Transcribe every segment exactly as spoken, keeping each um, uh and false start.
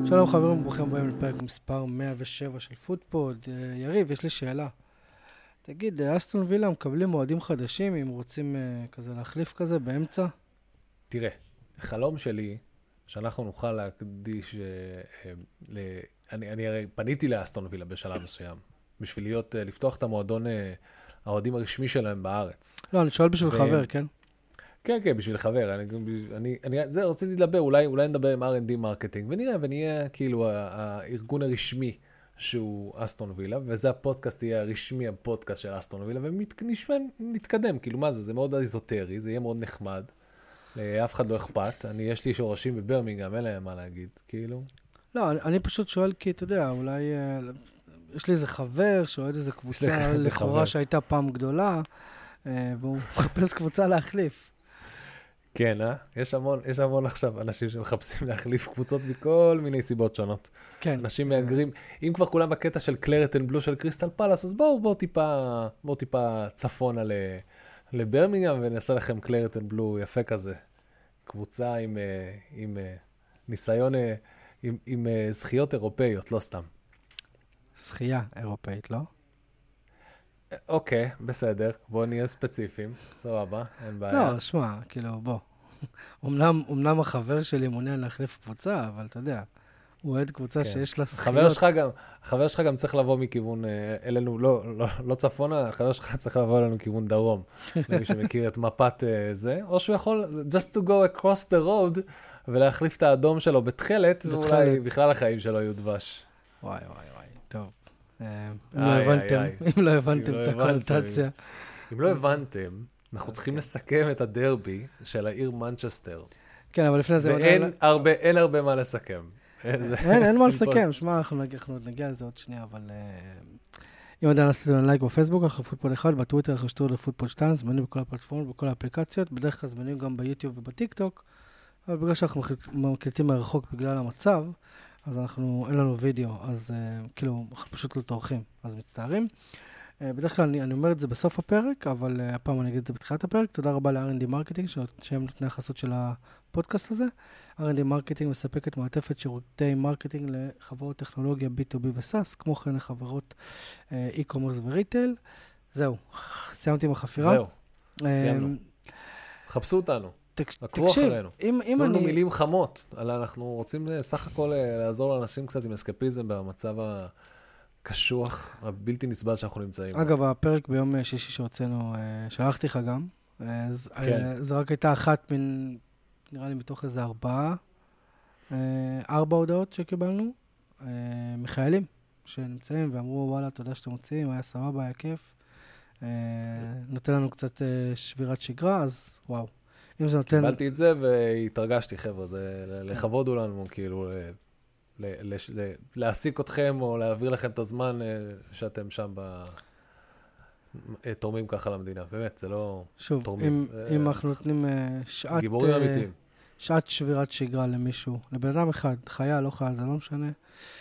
שלום חברים, ברוכים הבאים לפרק מספר מאה ושבע של פודפוד. יריב, יש לי שאלה. תגיד, אסטון וילה מקבלים מועדים חדשים אם רוצים כזה להחליף כזה באמצע? תראה, החלום שלי, שאנחנו נוכל להקדיש, ל... אני, אני הרי פניתי לאסטון וילה בשלב מסוים, בשביל להיות, לפתוח את המועדון, האוהדים הרשמי שלהם בארץ. לא, אני שואל בשביל ו... חבר, כן? כן, כן, בשביל חבר. אני, אני, אני, זה, רציתי לדבר, אולי, אולי נדבר עם אר אנד די מרקטינג, ונראה, ונהיה כאילו הארגון הרשמי שהוא אסטון וילה, וזה הפודקאסט יהיה הרשמי, הפודקאסט של אסטון וילה, ונתקדם, כאילו מה זה? זה מאוד איזוטרי, זה יהיה מאוד נחמד. אף אחד לא אכפת. אני, יש לי שורשים בברמינגהאם, אין להם מה להגיד, כאילו. לא, אני, אני פשוט שואל, כי אתה יודע, אולי, יש לי איזה חבר שאוהד איזה קבוצה לכאורה שהייתה פעם גדולה, והוא מחפש קבוצה להחליף. כן, אה? יש המון, יש המון עכשיו אנשים שמחפשים להחליף קבוצות מכל מיני סיבות שונות. כן. אנשים מאגרים, אם כבר כולם בקטע של קלרטן בלו של קריסטל פלאס, אז בואו, בואו טיפה, בואו טיפה צפונה ל, לברמינגהאם, ונעשה לכם קלרטן בלו יפה כזה. קבוצה עם, עם ניסיון, עם, עם זכיות אירופאיות, לא סתם. זכייה אירופאית, לא? אוקיי, בסדר. בואו נהיה ספציפיים. סבבה, אין בעיה. לא, שמע, כאילו, בוא. אמנם, אמנם החבר שלי מעוניין להחליף קבוצה, אבל אתה יודע, הוא אוהד קבוצה שיש לה זכיות. החבר שלך גם, החבר שלך גם צריך לבוא מכיוון אלינו, לא, לא, לא צפונה, החבר שלך צריך לבוא אלינו מכיוון דרום. למי שמכיר את מפת זה, או שהוא יכול just to go across the road, ולהחליף את האדום שלו בתחילת, ואולי בכלל החיים שלו יהיו דבש. וואי, וואי, וואי, טוב. אם לא הבנתם, אם לא הבנתם את הקונוטציה. אם לא הבנתם, אנחנו צריכים לסכם את הדרבי של העיר מנצ'סטר. כן, אבל לפני זה... ואין הרבה מה לסכם. אין מה לסכם, שמע, אנחנו נגיע לזה עוד שנייה, אבל... אם עדיין עשיתם לנו לייק בפייסבוק, אנחנו פודפוד אחד, בטוויטר אנחנו שתור לפודפוד שתיים, זמנים בכל הפלטפורמות, בכל האפליקציות, בדרך כלל זמנים גם ביוטיוב ובטיק טוק, אבל בגלל שאנחנו מקליטים מרחוק בגלל המצב, אז אנחנו, אין לנו וידאו, אז uh, כאילו, אנחנו פשוט לא תורכים, אז מצטערים. Uh, בדרך כלל אני, אני אומר את זה בסוף הפרק, אבל uh, הפעם אני אגיד את זה בתחילת הפרק. תודה רבה ל-אר אנד די מרקטינג, שהם נותני החסות של הפודקאסט הזה. אר אנד די מרקטינג מספקת מעטפת שירותי מרקטינג לחברות טכנולוגיה בי טו בי וסאס, כמו כן לחברות uh, אי-קומרס וריטייל. זהו, סיימתי עם החפירה. זהו, uh, סיימנו. חפשו אותנו. תקשיב, אם, אם אני... תנו מילים חמות, אלא אנחנו רוצים סך הכל לעזור לאנשים קצת עם אסקפיזם במצב הקשוח, הבלתי נסבל שאנחנו נמצאים. אגב, הפרק ביום שישי שהוצאנו, שלחתי לך גם, כן. זו רק הייתה אחת מן, נראה לי מתוך איזה ארבעה, ארבע הודעות שקיבלנו, מחיילים שנמצאים ואמרו, וואלה, תודה שאתם מוצאים, היה סבבה, היה כיף, נותן לנו קצת שבירת שגרה, אז וואו. קיבלתי את זה והתרגשתי, חבר'ה, זה לכבוד הוא לנו, כאילו, להעסיק אתכם או להעביר לכם את הזמן שאתם שם תורמים ככה למדינה. באמת, זה לא תורמים. שוב, אם אנחנו נותנים שעת שבירת שגרה למישהו, לבן אדם אחד, חייל, לא חייל, זה לא משנה.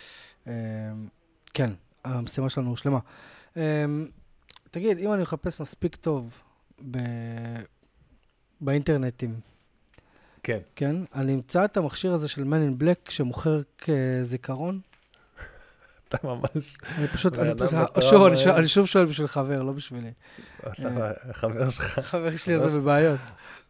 כן, המשימה שלנו שלמה. תגיד, אם אני מחפש מספיק טוב ב... באינטרנטים. כן. כן? אני אמצא את המכשיר הזה של Man in Black שמוכר כזיכרון. אתה ממש... אני פשוט, אני פשוט, שוב, אני שוב שואל בשביל חבר, לא בשבילי. חבר שלך. חבר שלי הזה בבעיות.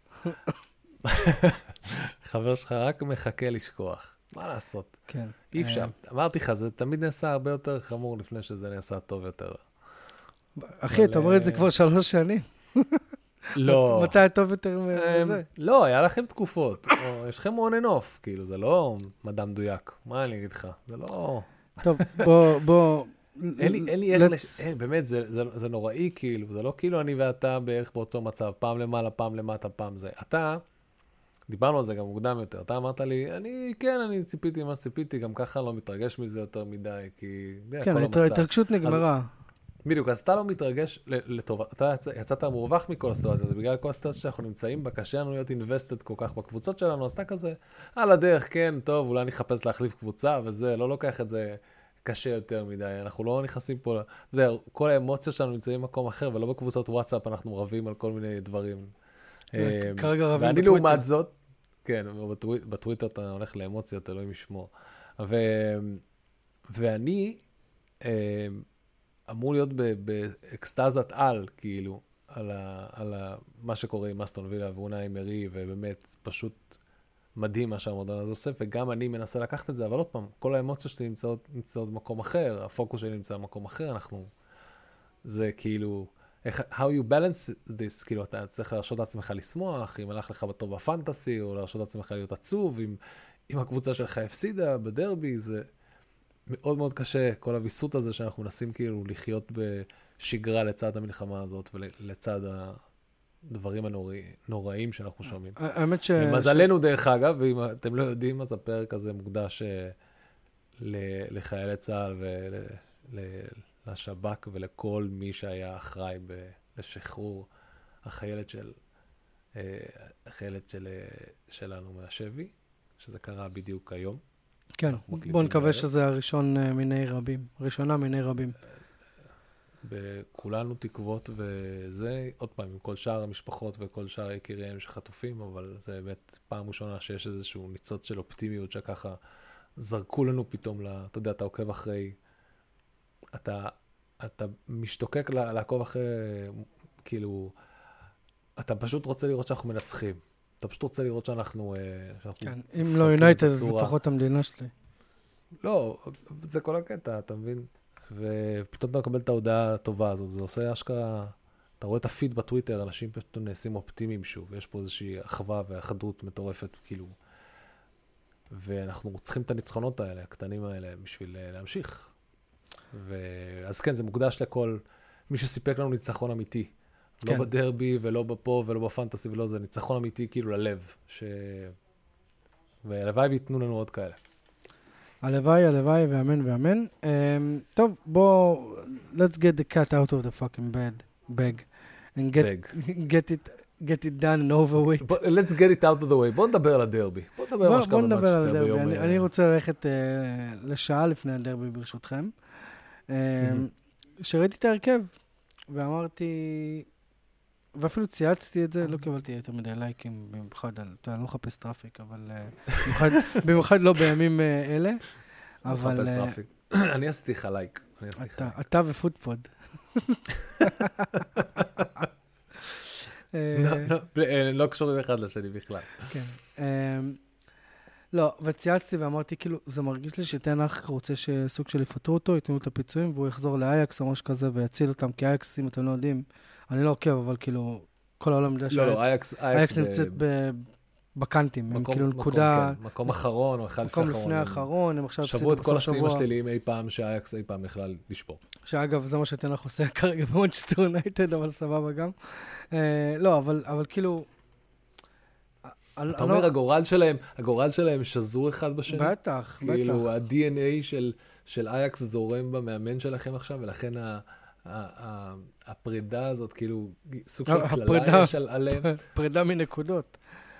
חבר שלך רק מחכה לשכוח. מה לעשות? כן. אי אפשר. אמרתי לך, זה תמיד נעשה הרבה יותר חמור לפני שזה נעשה טוב יותר. אחי, אתה אומר את זה כבר שלוש שנים. לא. מתי טוב יותר מזה? לא, היה לכם תקופות. יש לכם on and off, כאילו, זה לא מדע מדויק. מה אני אגיד לך? זה לא... טוב, בוא, בוא... אין לי איך לש... אין, באמת, זה נוראי, כאילו. זה לא כאילו אני ואתה בערך באותו מצב. פעם למעלה, פעם למטה, פעם זה. אתה, דיברנו על זה גם מוקדם יותר. אתה אמרת לי, אני, כן, אני ציפיתי מה שציפיתי, גם ככה לא מתרגש מזה יותר מדי, כי... כן, ההתרגשות נגמרה. בדיוק, אז אתה לא מתרגש לטובה, אתה יצאת מורווח מכל הסיטואציה, זה בגלל כל הסיטואציה שאנחנו נמצאים בה, קשה לנו להיות invested כל כך בקבוצות שלנו, אז אתה כזה, על הדרך, כן, טוב, אולי נחפש להחליף קבוצה, וזה, לא לוקח את זה קשה יותר מדי, אנחנו לא נכנסים פה, זה, כל האמוציות שלנו נמצאים במקום אחר, ולא בקבוצות וואטסאפ, אנחנו רבים על כל מיני דברים. כרגע רבים ואני לעומת זאת, כן, בטוויטר אתה הולך לאמוציות, אלוהים ישמור. ו... ואני אמור להיות באקסטזת על, כאילו, על, ה... על ה... מה שקורה עם אסטון וילה ואונאי אמרי, ובאמת פשוט מדהים מה שהמועדון הזה עושה, וגם אני מנסה לקחת את זה, אבל עוד פעם, כל האמוציות שלי נמצאות, נמצאות במקום אחר, הפוקוס שלי נמצא במקום אחר, אנחנו... זה כאילו... how you balance this, כאילו אתה צריך להרשות לעצמך לשמוח, אם הלך לך בטוב בפנטסי, או להרשות לעצמך להיות עצוב, אם, אם הקבוצה שלך הפסידה בדרבי, זה מאוד מאוד קשה, כל הוויסות הזה שאנחנו מנסים כאילו לחיות בשגרה לצד המלחמה הזאת, ולצד הדברים הנוראים שאנחנו שומעים. האמת ש... למזלנו דרך אגב, ואם אתם לא יודעים, אז הפרק הזה מוקדש לחיילי צה"ל ול... לשב"כ ולכל מי שהיה אחראי ב- לשחרור החיילת של, החיילת של, שלנו מהשבי, שזה קרה בדיוק היום. כן, בוא נקווה שזה הראשון מיני רבים, ראשונה מיני רבים. בכולנו תקוות וזה, עוד פעם, עם כל שאר המשפחות וכל שאר יקיריהם שחטופים, אבל זה באמת פעם ראשונה שיש איזשהו ניצוץ של אופטימיות שככה זרקו לנו פתאום, לה, אתה יודע, אתה עוקב אחרי... אתה, אתה משתוקק לעקוב אחרי, כאילו, אתה פשוט רוצה לראות שאנחנו מנצחים. אתה פשוט רוצה לראות שאנחנו... שאנחנו כן, אם לא יונייטד, אז לפחות המדינה שלי. לא, זה כל הקטע, אתה מבין? ופתאום אתה מקבל את ההודעה הטובה הזאת, זה עושה אשכרה, אתה רואה את הפיד בטוויטר, אנשים פתאום נעשים אופטימיים שוב, יש פה איזושהי אחווה ואחדות מטורפת, כאילו, ואנחנו צריכים את הניצחונות האלה, הקטנים האלה, בשביל להמשיך. ואז כן, זה מוקדש לכל מי שסיפק לנו ניצחון אמיתי. כן. לא בדרבי ולא בפה ולא בפנטסי ולא זה, ניצחון אמיתי כאילו ללב. ש... והלוואי ויתנו לנו עוד כאלה. הלוואי, הלוואי, ואמן ואמן. Um, טוב, בוא, let's get the cat out of the fucking bed, bag, and get, get it, get it done and over with. But let's get it out of the way. בוא נדבר על הדרבי. בוא נדבר על מה שקרה במנצ'סטר ביום. אני, אני רוצה ללכת uh, לשעה לפני הדרבי ברשותכם. Um, שראיתי את ההרכב, ואמרתי, ואפילו צייצתי את זה, לא קיבלתי יותר מדי לייקים, במיוחד, אני לא מחפש טראפיק, אבל במיוחד לא בימים אלה. לא מחפש טראפיק. אני עשיתי לך לייק. אתה ופוטפוד. לא קשורים אחד לשני בכלל. כן. לא, וצייצתי ואמרתי, כאילו, זה מרגיש לי שתנח רוצה שסוג של יפטרו אותו, יתנו את הפיצויים, והוא יחזור לאייקס או משהו כזה, ויציל אותם, כי אייקס, אם אתם לא יודעים, אני לא עוקב, אבל כאילו, כל העולם יודע שאייקס נמצאת בקנטים, הם כאילו נקודה... מקום אחרון, או אחד לפני אחרון. מקום לפני האחרון, הם עכשיו... שברו את כל השיאים השליליים אי פעם, שאייקס אי פעם בכלל לשבור. שאגב, זה מה שתנח עושה כרגע במנצ'סטר יונייטד, אבל סבבה גם. לא, אבל כאילו... אתה אומר, הגורל שלהם, הגורל שלהם שזור אחד בשני? בטח, בטח. כאילו, ה-די אן איי של אייקס זורם במאמן שלכם עכשיו, ולכן הפרידה הזאת, כאילו, סוג של כללה יש עליהם. פרידה מנקודות.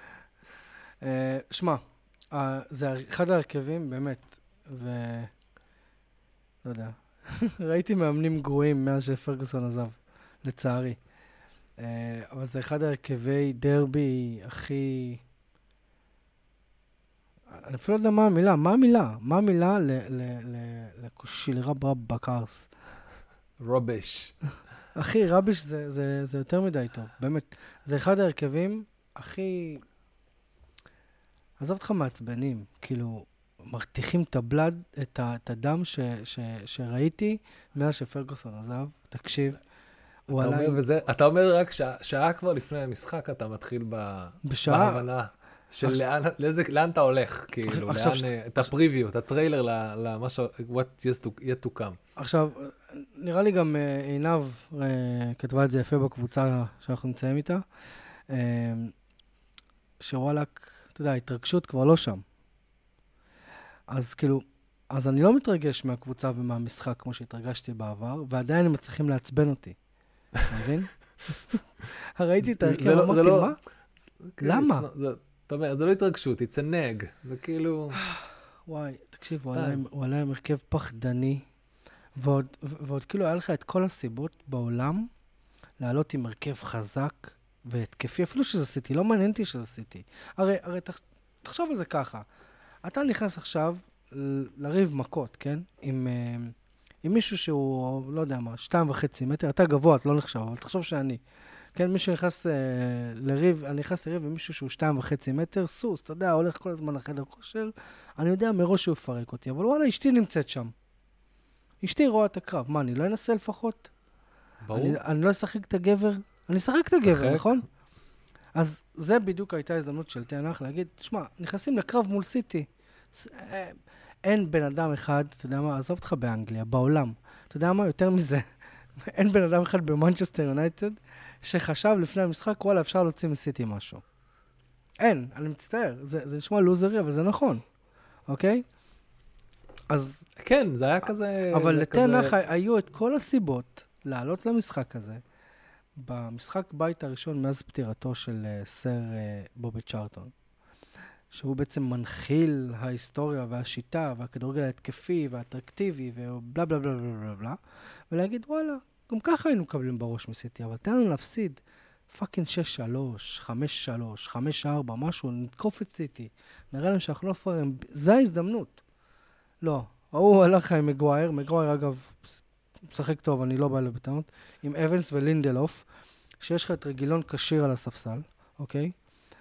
שמע, זה אחד ההרכבים, באמת, ו... לא יודע. ראיתי מאמנים גרועים מאז שפרגוסון עזב, לצערי. אבל זה אחד ההרכבי דרבי הכי... אני אפילו לא יודע מה המילה, מה המילה? מה המילה לקושילרה בקארס? רובש. אחי, רביש זה יותר מדי טוב, באמת. זה אחד ההרכבים הכי... עזוב אותך מעצבנים, כאילו, מרתיחים את הבלד, את הדם שראיתי מאז שפרגוסון עזב, תקשיב. אתה אומר, וזה, אתה אומר רק שעה כבר לפני המשחק, אתה מתחיל בהבנה של לאן, לאן אתה הולך, כאילו, לאן, את הפריוויו, את הטריילר למה ש... what yet to come. עכשיו, נראה לי גם עינב כתבה את זה יפה בקבוצה שאנחנו נמצאים איתה, שוואלק, אתה יודע, התרגשות כבר לא שם. אז כאילו, אז אני לא מתרגש מהקבוצה ומהמשחק כמו שהתרגשתי בעבר, ועדיין הם מצליחים לעצבן אותי. מבין? ראיתי את ההרכב, אמרתי, מה? למה? אתה אומר, זה לא התרגשות, it's a nag. זה כאילו... וואי, תקשיב, הוא עלה עם הרכב פחדני, ועוד כאילו היה לך את כל הסיבות בעולם לעלות עם הרכב חזק והתקפי, אפילו שזה סיטי, לא מעניין אותי שזה סיטי. הרי תחשוב על זה ככה. אתה נכנס עכשיו לריב מכות, כן? עם, עם מישהו שהוא, לא יודע מה, שתיים וחצי מטר, אתה גבוה, אתה לא נחשב, אבל תחשוב שאני. כן, מישהו נכנס אה, לריב, אני נכנס לריב עם מישהו שהוא שתיים וחצי מטר, סוס, אתה יודע, הולך כל הזמן לחדר כושר, אני יודע מראש שהוא יפרק אותי, אבל וואלה, אשתי נמצאת שם. אשתי רואה את הקרב, מה, אני לא אנסה לפחות? ברור. אני, אני לא אשחק את הגבר? אני אשחק את הגבר, שחק. נכון? אז זה בדיוק הייתה הזדמנות של תנח להגיד, תשמע, נכנסים לקרב מול סיטי, אין בן אדם אחד, אתה יודע מה, עזוב אותך באנגליה, בעולם, אתה יודע מה, יותר מזה, אין בן אדם אחד במנצ'סטר יונייטד, שחשב לפני המשחק, וואלה, אפשר להוציא מסיטי משהו. אין, אני מצטער, זה, זה נשמע לוזרי, אבל זה נכון, אוקיי? אז... כן, זה היה כזה... אבל לתנח כזה... היו את כל הסיבות לעלות למשחק הזה, במשחק בית הראשון מאז פטירתו של uh, סר uh, בובי צ'ארטון, שהוא בעצם מנחיל ההיסטוריה והשיטה והכדורגל ההתקפי והאטרקטיבי ובלה בלה בלה בלה בלה בלה, ולהגיד וואלה, גם ככה היינו מקבלים בראש מסיטי, אבל תן לנו להפסיד פאקינג שש שלוש, חמש שלוש, חמש ארבע, משהו, נתקוף את סיטי, נראה להם שאנחנו לא פררים, זה ההזדמנות. לא, הוא הלך עם מגווייר, מגווייר אגב משחק טוב, אני לא בא לו בטעות, עם אבנס ולינדלוף, שיש לך את רגילון קשיר על הספסל, אוקיי?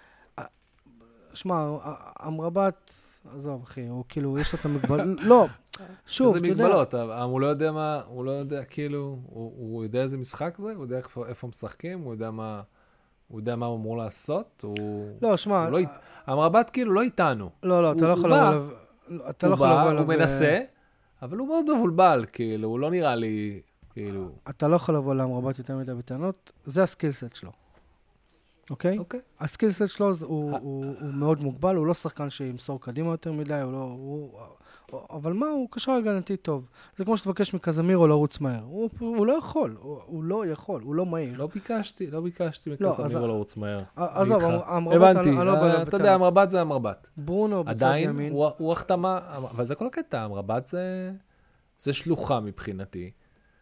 שמע, אמרבת, עזוב אחי, הוא כאילו, יש לו את המגבלות, לא, שוב, אתה יודע. זה מגבלות, הוא לא יודע מה, הוא לא יודע, כאילו, הוא יודע איזה משחק זה, הוא יודע איפה משחקים, הוא יודע מה, הוא יודע מה הוא אמור לעשות, הוא... לא, שמע... אמרבת כאילו לא איתנו. לא, לא, אתה לא יכול לבוא אליו... הוא בא, הוא מנסה, אבל הוא מאוד מבולבל, כאילו, הוא לא נראה לי, כאילו... אתה לא יכול לבוא לאמרבת יותר מדי בטענות, זה הסקילסט שלו. אוקיי? אוקיי. הסקילסט שלו הוא מאוד מוגבל, הוא לא שחקן שימסור קדימה יותר מדי, הוא לא... אבל מה, הוא קשר הגנתי טוב. זה כמו שתבקש מקזמירו לרוץ מהר. הוא לא יכול, הוא לא יכול, הוא לא מהיר. לא ביקשתי, לא ביקשתי מקזמירו לרוץ מהר. עזוב, אמרבת, אני לא בא לבטן. אתה יודע, אמרבת זה אמרבת. ברונו בצד ימין. עדיין, הוא החתמה, אבל זה כל הקטע, אמרבת זה שלוחה מבחינתי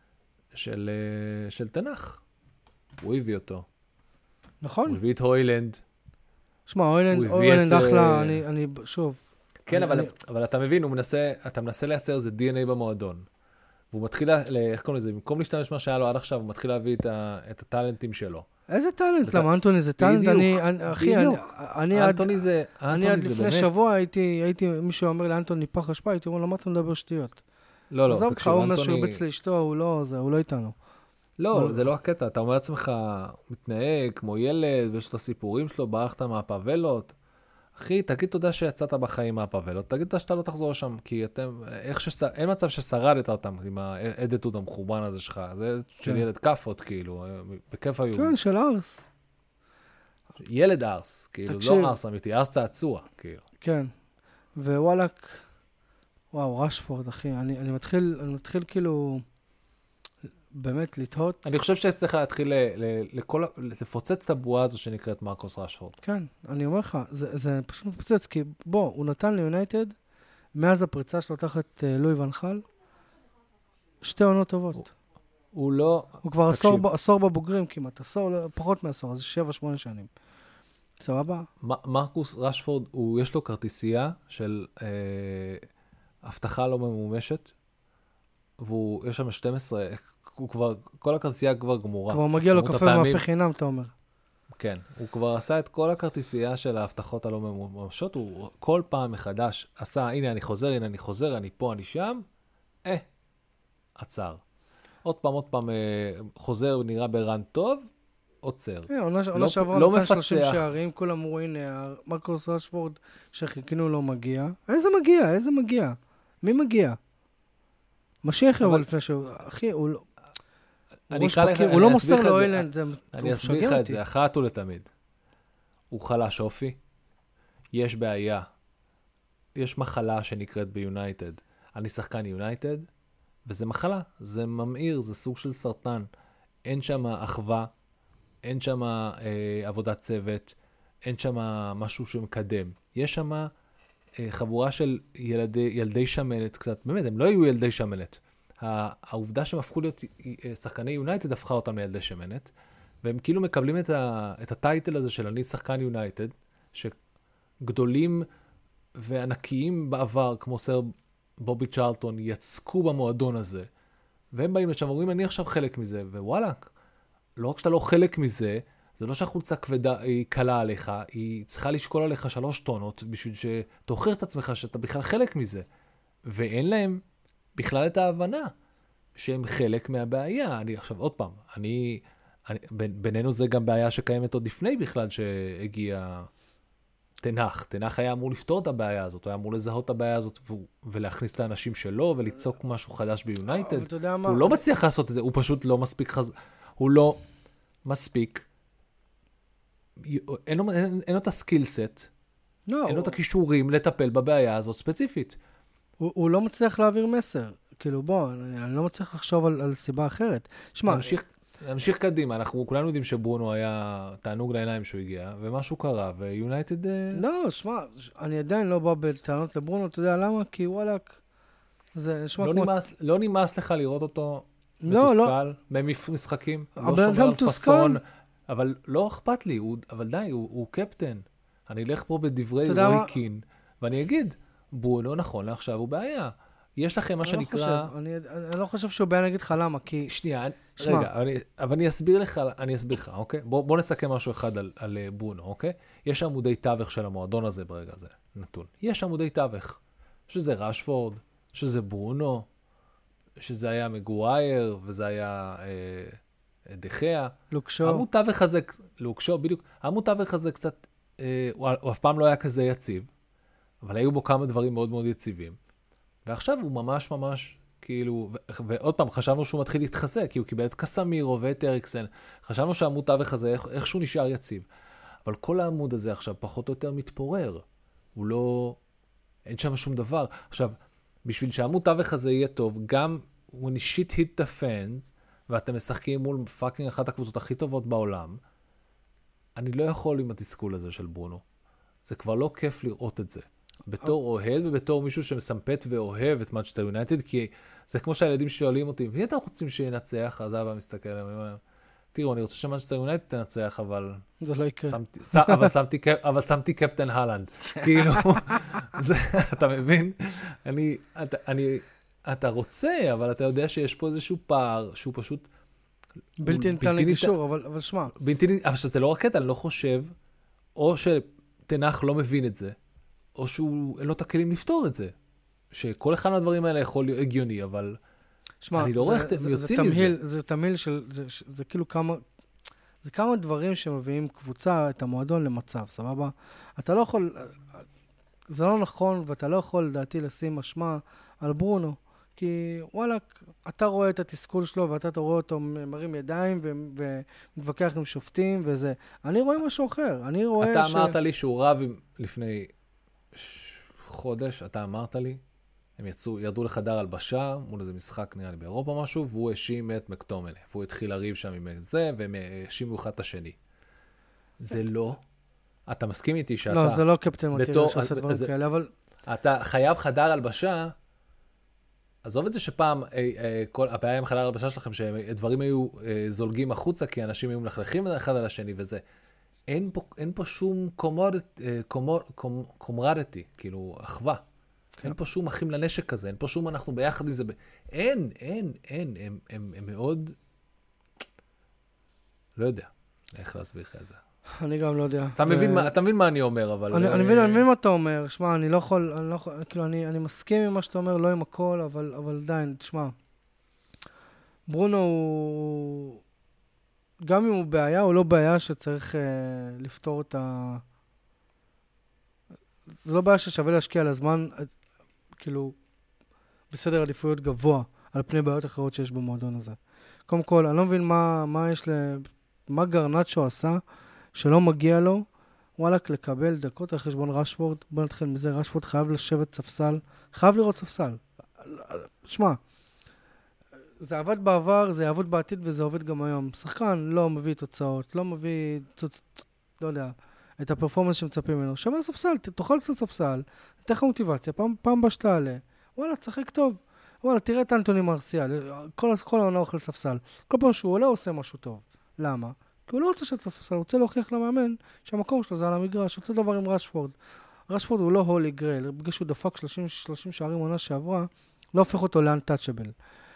של תנח. הוא הביא אותו. נכון. הוא הביא את הוילנד. שמע, הוילנד אחלה, אני שוב... כן, אבל, אני... אבל אתה מבין, הוא מנסה, אתה מנסה לייצר איזה די אן איי במועדון, והוא מתחיל, איך קוראים לזה, במקום להשתמש מה שהיה לו עד עכשיו, הוא מתחיל להביא את, ה, את הטלנטים שלו. איזה טלנט? למה אנטוני זה טלנט? בדיוק, אני, אני, אחי, בדיוק. אני, אנטוני עד, זה, אני עד לפני באמת. שבוע הייתי, הייתי, מישהו אומר לאנטוני פח אשפה, הייתי אומר, למה אתה מדבר שטויות? לא, לא, תקשיב, אנטוני... הוא אומר שהוא הרביץ לאשתו, הוא לא, זה, הוא לא איתנו. לא, אבל... זה לא הקטע, אתה אומר לעצמך, הוא מתנהג כמו ילד, ויש לו סיפורים שלו, ברחת מהפאבלות. אחי, תגיד תודה שיצאת בחיים מהפאבלות, תגיד תודה שאתה לא תחזור שם, כי אתם, איך שש... אין מצב ששרדת אותם עם האדיטוד המחורבן הזה שלך, זה של ילד כפות, כאילו, בכיף היו. כן, של ארס. ילד ארס, כאילו, לא ארס אמיתי, ארס צעצוע, כאילו. כן, ווואלק, וואו, רשפורד, אחי, אני, אני מתחיל, אני מתחיל כאילו, באמת לתהות. אני חושב שצריך להתחיל לכל, לפוצץ את הבועה הזו שנקראת מרקוס רשפורד. כן, אני אומר לך, זה, זה פשוט מפוצץ, כי בוא, הוא נתן ליונייטד, מאז הפריצה שלו תחת לואי ונחל, שתי עונות טובות. הוא, הוא לא... הוא כבר עשור, עשור בבוגרים כמעט, עשור, פחות מעשור, אז שבע, שמונה שנים. סבבה? מרקוס רשפורד, הוא, יש לו כרטיסייה של אה, הבטחה לא ממומשת, ויש שם שתים עשרה, הוא כבר, כל הכרטיסייה כבר גמורה. כבר מגיע לו קפה ומאפה חינם, אתה אומר. כן, הוא כבר עשה את כל הכרטיסייה של ההבטחות הלא ממומשות, הוא כל פעם מחדש עשה, הנה אני חוזר, הנה אני חוזר, אני פה, אני שם, אה, עצר. עוד פעם, עוד פעם, חוזר, נראה ברן טוב, עוצר. עונה שעברה נתן שלושים שערים, כולם אמרו, הנה, מרקוס רשפורד שחיכינו לא מגיע. איזה מגיע? איזה מגיע? מי מגיע? משיח אבל לפני שהוא, אחי, הוא לא... הוא לא מוסר לו אילנד, זה משגע אותי. אני אסביר לך את זה, אחת ולתמיד. הוא חלש אופי, יש בעיה, יש מחלה שנקראת ביונייטד. אני שחקן יונייטד, וזה מחלה, זה ממאיר, זה סוג של סרטן. אין שם אחווה, אין שם אה, עבודת צוות, אין שם משהו שמקדם. יש שם אה, חבורה של ילדי, ילדי שמנת קצת, באמת, הם לא היו ילדי שמנת. העובדה שהם הפכו להיות שחקני יונייטד הפכה אותם לילדי שמנת, והם כאילו מקבלים את, ה, את הטייטל הזה של אני שחקן יונייטד, ש, גדולים וענקיים בעבר, כמו סר בובי צ'רלטון, יצקו במועדון הזה, והם באים לשם ואומרים, אני עכשיו חלק מזה, ווואלה, לא רק שאתה לא חלק מזה, זה לא שהחולצה כבדה, היא קלה עליך, היא צריכה לשקול עליך שלוש טונות, בשביל שתוכיח את עצמך שאתה בכלל חלק מזה. ואין להם בכלל את ההבנה שהם חלק מהבעיה. אני עכשיו, עוד פעם, אני, אני בינינו זה גם בעיה שקיימת עוד לפני בכלל שהגיע תנח. תנח היה אמור לפתור את הבעיה הזאת, הוא היה אמור לזהות את הבעיה הזאת ולהכניס את האנשים שלו וליצוק משהו חדש ביונייטד. הוא לא מצליח לעשות את זה, הוא פשוט לא מספיק חז... הוא לא מספיק... אין לו, אין, אין לו את הסקילסט, no, אין לו את הכישורים לטפל בבעיה הזאת ספציפית. הוא, הוא לא מצליח להעביר מסר. כאילו בוא, אני, אני לא מצליח לחשוב על, על סיבה אחרת. שמה, נמשיך, נמשיך קדימה, אנחנו כולנו יודעים שברונו היה תענוג לעיניים שהוא הגיע, ומשהו קרה, ויונייטד... לא, שמה, אני עדיין לא בא בטענות לברונו, אתה יודע למה? כי וואלק, זה שמה לא כמו... נמאס, לא נמאס לך לראות אותו לא, מתוסכל, לא. במשחקים, אבל לא שומר על מתוסכל. פסון, אבל לא אכפת לי, הוא, אבל די, הוא, הוא קפטן. אני אלך פה בדברי רוי קין, ואני אגיד, ברונו נכון לעכשיו הוא בעיה. יש לכם מה שנקרא... לא אני, אני לא חושב שהוא בעיה, נגיד לך למה, כי... שנייה, שמה. רגע, אני, אבל אני אסביר לך, אני אסביר לך, אוקיי? בוא, בוא נסכם משהו אחד על, על ברונו, אוקיי? יש עמודי תווך של המועדון הזה ברגע הזה, נתון. יש עמודי תווך, שזה רשפורד, שזה ברונו, שזה היה מגווייר, וזה היה אה, דחיה. לוקשו. עמוד תווך הזה, לוקשו, בדיוק. עמוד תווך הזה קצת, אה, הוא, הוא אף פעם לא היה כזה יציב, אבל היו בו כמה דברים מאוד מאוד יציבים. ועכשיו הוא ממש ממש, כאילו, ו- ועוד פעם, חשבנו שהוא מתחיל להתחזק, כי הוא קיבל את קסמירו ואת אריקסן. חשבנו שהעמוד תווך הזה, איך, איכשהו נשאר יציב. אבל כל העמוד הזה עכשיו פחות או יותר מתפורר. הוא לא... אין שם שום דבר. עכשיו, בשביל שהעמוד תווך הזה יהיה טוב, גם when shit hit the fans, ואתם משחקים מול פאקינג אחת הקבוצות הכי טובות בעולם, אני לא יכול עם התסכול הזה של ברונו. זה כבר לא כיף לראות את זה. בתור אוהד ובתור מישהו שמסמפת ואוהב את מנצ'סטר יונייטד, כי זה כמו שהילדים שואלים אותי, מי אתם רוצים שינצח? אז אבא מסתכל עליהם, תראו, אני רוצה שמנצ'סטר יונייטד תנצח, אבל... זה לא יקרה. שמתי, ש... אבל, שמתי, אבל שמתי קפטן הלנד. כאילו, זה, אתה מבין? אני, אתה, אני, אתה רוצה, אבל אתה יודע שיש פה איזשהו פער, שהוא פשוט... בלתי ניתן לגישור, אבל, אבל שמה. בלתי, אבל שזה לא רק קטע, אני לא חושב, או שתנח לא מבין את זה, או שהוא, אין לו את הכלים לפתור את זה. שכל אחד מהדברים האלה יכול להיות הגיוני, אבל... שמה, אני לא רואה איך אתם יוצאים מזה. זה תמהיל של, זה, זה כאילו כמה, זה כמה דברים שמביאים קבוצה, את המועדון למצב, סבבה? אתה לא יכול, זה לא נכון, ואתה לא יכול, לדעתי, לשים אשמה על ברונו, כי וואלה, אתה רואה את התסכול שלו, ואתה רואה אותו מרים ידיים, ומתווכח עם שופטים, וזה. אני רואה משהו אחר, אני רואה אתה ש... אמרת לי שהוא רב לפני חודש, אתה אמרת לי, הם יצאו, ירדו לחדר הלבשה, מול איזה משחק נראה לי באירופה משהו, והוא האשים את מקטומני, והוא התחיל לריב שם עם זה, והם האשימו אחד את השני. זה לא, אתה מסכים איתי שאתה... לא, זה לא קפטן מטירה שעושה דברים כאלה, אבל... אתה חייב חדר הלבשה, עזוב את זה שפעם, כל, הבעיה עם חדר הלבשה שלכם, שדברים היו זולגים החוצה, כי אנשים היו מלכלכים אחד על השני, וזה... אין פה, אין פה שום קומרדתי, כאילו, אחווה. אין פה שום אחים לנשק כזה, אין פה שום אנחנו ביחד עם זה. אין, אין, אין, הם, הם, הם מאוד... לא יודע איך להסביר לך את זה. אני גם לא יודע. אתה מבין מה, אתה מבין מה אני אומר, אבל... אני, אני מבין, אני מבין מה אתה אומר. שמע, אני לא יכול, אני לא יכול, כאילו, אני, אני מסכים עם מה שאתה אומר, לא עם הכל, אבל, אבל די, תשמע. ברונו הוא... גם אם הוא בעיה, הוא לא בעיה שצריך אה, לפתור את ה... זה לא בעיה ששווה להשקיע על הזמן, כאילו, בסדר עדיפויות גבוה, על פני בעיות אחרות שיש במועדון הזה. קודם כל, אני לא מבין מה, מה יש ל... מה גרנצ'ו עשה, שלא מגיע לו, וואלק, לקבל דקות על חשבון רשפורד. בוא נתחיל מזה, רשפורד חייב לשבת ספסל, חייב לראות ספסל. שמע, זה עבד בעבר, זה יעבוד בעתיד, וזה עובד גם היום. שחקן לא מביא תוצאות, לא מביא, תוצ... לא יודע, את הפרפורמנס שמצפים ממנו. שווה ספסל, תאכל קצת ספסל, תתן לך מוטיבציה, פעם, פעם בשתעלה. וואלה, תשחק טוב. וואלה, תראה את אנטוני מרסיאל, כל, כל העונה אוכל ספסל. כל פעם שהוא עולה, הוא עושה משהו טוב. למה? כי הוא לא רוצה שאתה ספסל, הוא רוצה להוכיח למאמן שהמקום שלו זה על המגרש. אותו דבר עם רשפורד. רשפורד הוא לא הולי גרייל, בגלל שהוא דפק שלושים שערים עונה שעברה, לא הופך אותו לאנטאצ'בל.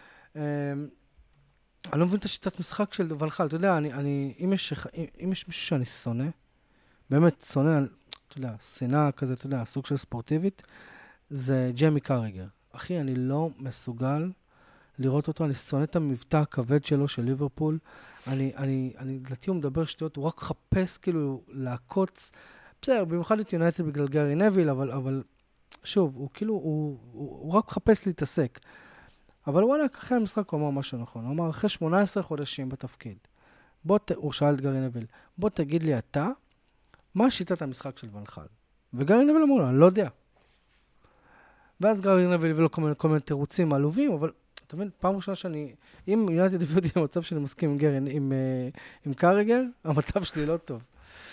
אני לא מבין את השיטת משחק של ונחל, אתה יודע, אני, אני, אם יש, אם יש מישהו שאני שונא, באמת שונא, אתה יודע, שנאה כזה, אתה יודע, סוג של ספורטיבית, זה ג'יימי קאריגר. אחי, אני לא מסוגל לראות אותו, אני שונא את המבטא הכבד שלו, של ליברפול. אני, אני, אני, לדעתי הוא מדבר שטויות, הוא רק חפש כאילו לעקוץ, בסדר, במיוחד את יונייטד בגלל גארי נביל, אבל, אבל, שוב, הוא כאילו, הוא, הוא, הוא רק חפש להתעסק. אבל וואלה, אחרי המשחק הוא אמר משהו נכון. הוא אמר, אחרי שמונה עשרה חודשים בתפקיד, בוא, ת... הוא שאל את גארי נביל, בוא תגיד לי אתה, מה שיטת המשחק של ונחל? וגארי נביל אמר לו, אני לא יודע. ואז גארי נביל הביא לו כל מיני, כל מיני תירוצים עלובים, אבל אתה מבין, פעם ראשונה שאני, אם יונייטד הביא אותי למצב שאני מסכים עם גארי, עם, עם, עם קאריגר, המצב שלי לא טוב.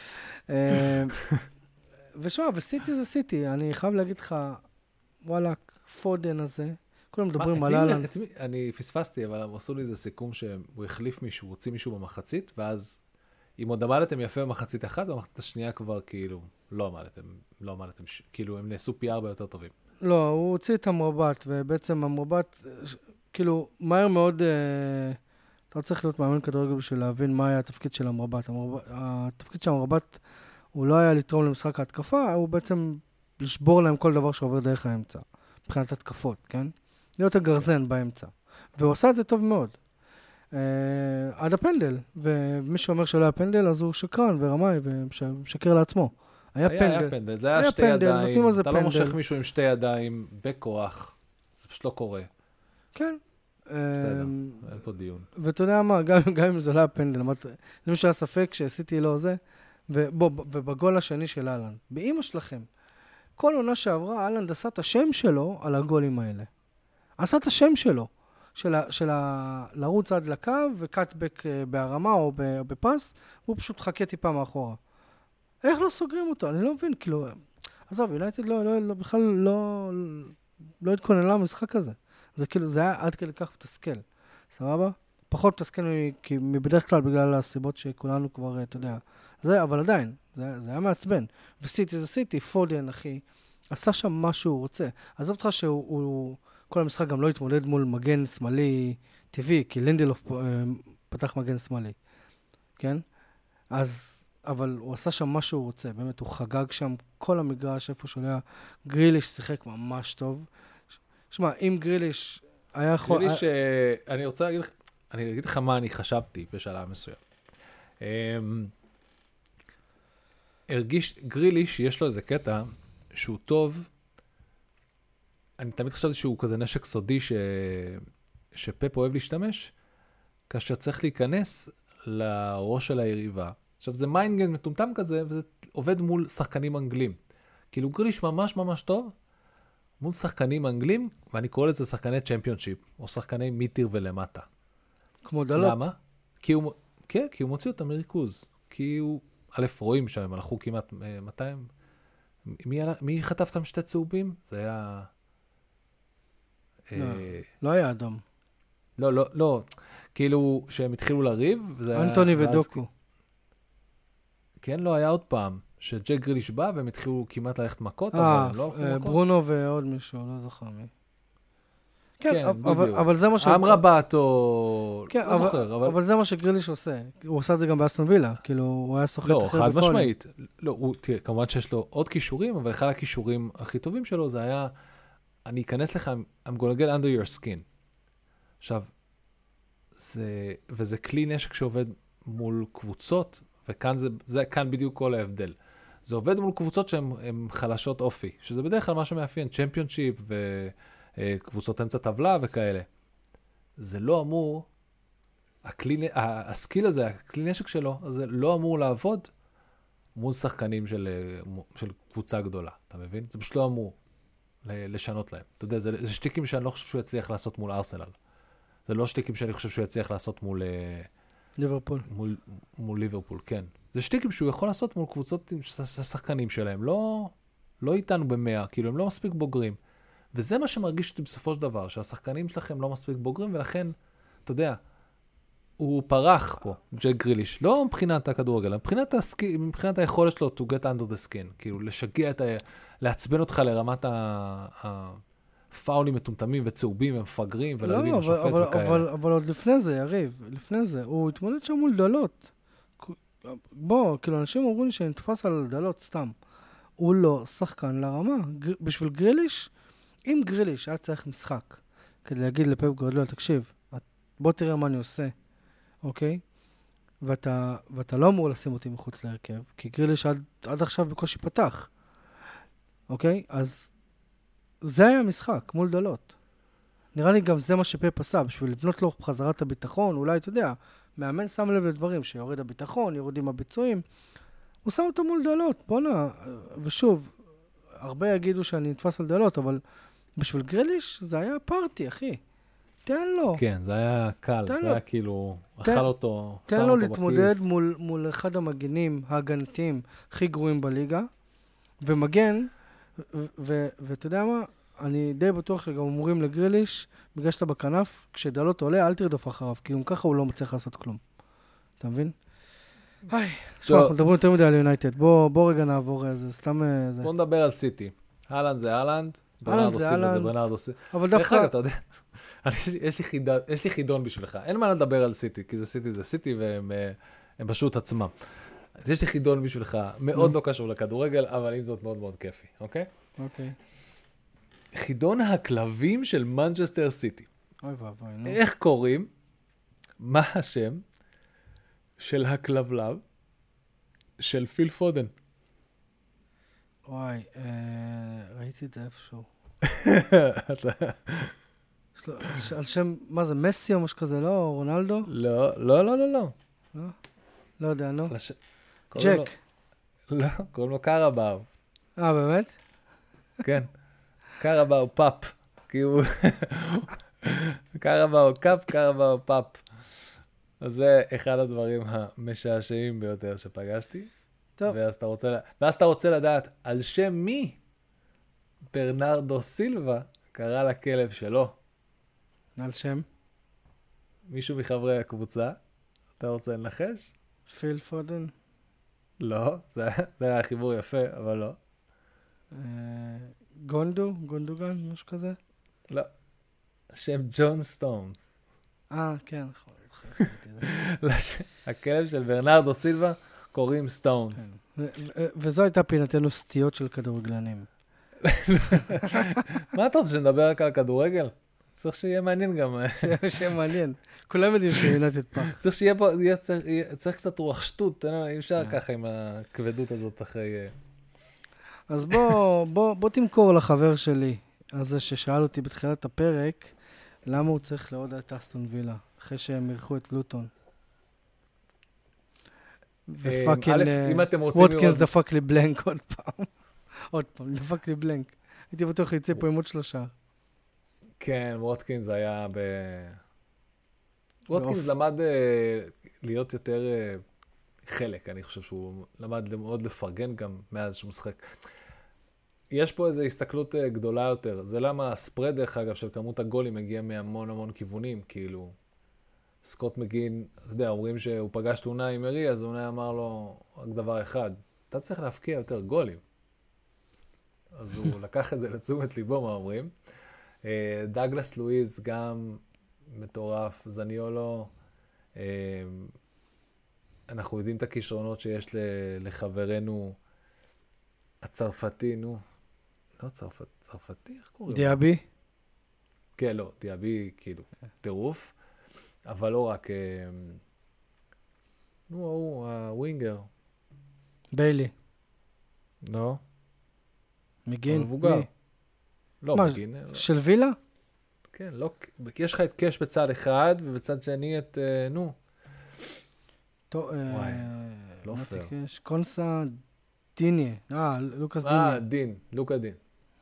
ושמע, וסיטי זה סיטי, אני חייב להגיד לך, וואלה, פודן הזה, כולם מדברים על אלן. אני פספסתי, אבל הם עשו לי איזה סיכום שהוא החליף מישהו, הוא הוציא מישהו במחצית, ואז אם עוד עמדתם יפה במחצית אחת, במחצית השנייה כבר כאילו לא עמדתם, לא עמדתם, כאילו הם נעשו פי ארבע יותר טובים. לא, הוא הוציא את המרבט, ובעצם המרבט, כאילו, מהר מאוד, אתה לא צריך להיות מאמן כדורגל בשביל להבין מה היה התפקיד של המרבט. התפקיד של המרבט הוא לא היה לתרום למשחק ההתקפה, הוא בעצם לשבור להם כל דבר שעובר דרך האמצע, מבחינת התקפות, כן? להיות הגרזן באמצע. והוא עושה את זה טוב מאוד. עד הפנדל, ומי שאומר שלא היה פנדל, אז הוא שקרן ורמאי ומשקר לעצמו. היה פנדל. היה פנדל, זה היה שתי ידיים, אתה לא מושך מישהו עם שתי ידיים בכוח, זה פשוט לא קורה. כן. בסדר, אין פה דיון. ואתה יודע מה, גם אם זה לא היה פנדל, זה מישהו היה ספק שעשיתי לו זה, ובגול השני של אלן, באמא שלכם, כל עונה שעברה, אלן עשה את השם שלו על הגולים האלה. עשה את השם שלו, של, של ה, לרוץ עד לקו וקאטבק בהרמה או בפס, והוא פשוט חכה טיפה מאחורה. איך לא סוגרים אותו? אני לא מבין, כאילו, עזוב, יונייטד לא, לא, לא, בכלל לא, לא התכונן למשחק הזה. זה כאילו, זה היה עד כדי כך מתסכל. סבבה? פחות מתסכל כי מבדרך כלל בגלל הסיבות שכולנו כבר, אתה יודע, זה, אבל עדיין, זה, זה היה מעצבן. וסיטי זה סיטי, פודן, אחי, עשה שם מה שהוא רוצה. עזוב אותך שהוא, הוא, כל המשחק גם לא התמודד מול מגן שמאלי טבעי, כי לינדלוף פתח מגן שמאלי. כן? אז, אבל הוא עשה שם מה שהוא רוצה. באמת, הוא חגג שם כל המגרש, איפה שהוא היה. גריליש שיחק ממש טוב. שמע, אם גריליש היה יכול... גריליש, היה... אני רוצה להגיד, אני אגיד לך מה אני חשבתי בשלב מסוים. הרגיש, גריליש, יש לו איזה קטע שהוא טוב, אני תמיד חשבתי שהוא כזה נשק סודי ש... שפפ אוהב להשתמש, כאשר צריך להיכנס לראש של היריבה. עכשיו, זה מיינדגיימס מטומטם כזה, וזה עובד מול שחקנים אנגלים. כאילו, גריליש ממש ממש טוב, מול שחקנים אנגלים, ואני קורא לזה שחקני צ'מפיונשיפ, או שחקני מיטיר ולמטה. כמו דלות. למה? כי הוא, כן, כי הוא מוציא אותם מריכוז. כי הוא, א', רואים שם, הם הלכו כמעט מאתיים. מי, מי חטף אותם שתי צהובים? זה היה... לא, לא היה אדום. לא, לא, לא. כאילו, שהם התחילו לריב, וזה היה... אנטוני ודוקו. כן, לא, היה עוד פעם, שג'ק גריליש בא, והם התחילו כמעט ללכת מכות, אבל הם לא הלכו מכות. ברונו ועוד מישהו, לא זוכר מי. כן, אבל, אבל זה מה ש... אמרבת או... כן, לא אבל, זוכר, אבל... אבל זה מה שגריליש עושה. הוא עושה את זה גם באסטון וילה, כאילו, הוא היה סוחט לא, חד משמעית. לא, הוא, תראה, כמובן שיש לו עוד כישורים, אבל אחד הכישורים הכי טובים שלו, זה היה, אני אכנס לך, I'm gonna get under your skin. עכשיו, זה, וזה כלי נשק שעובד מול קבוצות, וכאן זה, זה כאן בדיוק כל ההבדל. זה עובד מול קבוצות שהן חלשות אופי, שזה בדרך כלל מה שמאפיין, צ'מפיונשיפ וקבוצות אמצע טבלה וכאלה. זה לא אמור, הכלי, הסקיל הזה, הכלי נשק שלו, זה לא אמור לעבוד מול שחקנים של, של קבוצה גדולה, אתה מבין? זה פשוט לא אמור לשנות להם. אתה יודע, זה, זה שטיקים שאני לא חושב שהוא יצליח לעשות מול ארסנל. זה לא שטיקים שאני חושב שהוא יצליח לעשות מול... ליברפול. מול, מול ליברפול, כן. זה שטיקים שהוא יכול לעשות מול קבוצות השחקנים שלהם. לא, לא איתנו במאה, כאילו הם לא מספיק בוגרים. וזה מה שמרגיש אותי בסופו של דבר, שהשחקנים שלכם לא מספיק בוגרים, ולכן, אתה יודע, הוא פרח פה, ג'ק גריליש, לא מבחינת הכדורגל, מבחינת, הסק... מבחינת היכולת שלו to get under the skin, כאילו לשגע את ה... לעצבן אותך לרמת הפאולים מטומטמים וצהובים ומפגרים, ולריבים עם השופט אבל, וכאלה. אבל, אבל עוד לפני זה, יריב, לפני זה, הוא התמודד שם מול דלות. בוא, כאילו, אנשים אומרים לי שאני תפס על דלות סתם. הוא לא שחקן לרמה. גר... בשביל גריליש, אם גריליש היה צריך משחק, כדי להגיד לפפ גוארדיולה, תקשיב, בוא תראה מה אני עושה, אוקיי? ואתה, ואתה לא אמור לשים אותי מחוץ להרכב, כי גריליש עד, עד עכשיו בקושי פתח, אוקיי? אז זה היה משחק מול דלות. נראה לי גם זה מה שפפ עשה, בשביל לבנות לו בחזרת הביטחון, אולי, אתה יודע, מאמן שם לב לדברים, שיורד הביטחון, יורדים הביצועים, הוא שם אותו מול דלות, בוא נע, ושוב, הרבה יגידו שאני נתפס על דלות, אבל בשביל גריליש זה היה פארטי, אחי. תן לו. כן, זה היה קל, זה לו. היה כאילו, אכל אותו, שם תן אותו לו בכיס. להתמודד מול, מול אחד המגנים ההגנתיים הכי גרועים בליגה, ומגן, ואתה יודע מה? אני די בטוח שגם אומרים לגריליש, בגלל שאתה בכנף, כשדלות עולה, אל תרדוף אחריו, כי גם ככה הוא לא מצליח לעשות כלום. אתה מבין? היי, שוב, אנחנו מדברים יותר מדי על יונייטד. בוא, בוא רגע נעבור, זה סתם... זה. בוא נדבר על סיטי. הלנד זה הלנד, ברנרדו סילבה זה ברנרדו סילבה. אבל דווקא... אתה יודע, יש לי חידון בשבילך. אין מה לדבר על סיטי, כי זה סיטי זה סיטי, והם פשוט עצמם. אז יש לי חידון בשבילך, מאוד לא קשור לכדורגל, אבל עם זאת מאוד מאוד כיפי, אוקיי? אוקיי. חידון הכלבים של מנצ'סטר סיטי. אוי ואבוי, נו. איך קוראים? מה השם של הכלבלב של פיל פודן? וואי, ראיתי את זה איפשהו. על שם, מה זה, מסי או משהו כזה, לא? רונלדו? לא, לא, לא, לא, לא. לא? לא יודע, נו. ג'ק. לא, קוראים לו קרבאו. אה, באמת? כן. קרבאו פאפ. כי הוא... קרבאו קאפ, קרבאו פאפ. אז זה אחד הדברים המשעשעים ביותר שפגשתי. טוב. ואז אתה רוצה, ואז אתה רוצה לדעת על שם מי ברנרדו סילבה קרא לכלב שלו. על שם? מישהו מחברי הקבוצה? אתה רוצה לנחש? פיל פודן? לא, זה, זה היה חיבור יפה, אבל לא. גונדו? גונדוגן? משהו כזה? לא. שם ג'ון סטונס. אה, כן, נכון. הכלב של ברנרדו סילבה קוראים סטונס. וזו הייתה פינתנו סטיות של כדורגלנים. מה אתה רוצה, שנדבר רק על כדורגל? צריך שיהיה מעניין גם. שיהיה מעניין. כולם יודעים שיונייטד פה. צריך שיהיה פה, צריך קצת רוח שטות, אי אפשר ככה עם הכבדות הזאת אחרי... אז בוא תמכור לחבר שלי, הזה ששאל אותי בתחילת הפרק, למה הוא צריך לעוד את אסטון וילה, אחרי שהם ערכו את לוטון. ופאקינג, ווטקינס דפק לי בלנק עוד פעם. עוד פעם, דפק לי בלנק. הייתי בטוח יצא פה עם עוד שלושה. כן, ווטקינס היה ב... ווטקינס למד להיות יותר חלק, אני חושב שהוא למד מאוד לפרגן גם מאז שהוא משחק. יש פה איזו הסתכלות גדולה יותר. זה למה הספרד, דרך אגב, של כמות הגולים מגיע מהמון המון כיוונים, כאילו... סקוט מגין, אתה יודע, אומרים שהוא פגש תאונה עם מרי, אז אונאי אמר לו רק דבר אחד, אתה צריך להפקיע יותר גולים. אז הוא לקח את זה לתשומת ליבו, מה אומרים. דאגלס לואיז גם מטורף, זניולו, אנחנו יודעים את הכישרונות שיש לחברנו הצרפתי, נו, לא צרפת, צרפתי, איך קוראים? דיאבי? כן, לא, דיאבי, כאילו, טירוף. אבל לא רק... נו, הוא, הווינגר. ביילי. לא. מגין? מבוגר. לא, מגין. של וילה? כן, לא. יש לך את קש בצד אחד, ובצד שני את... נו. טוב, וואי, לא פייר. קונסה דיניה. אה, לוקאס דיניה. אה, דין. לוקה דין.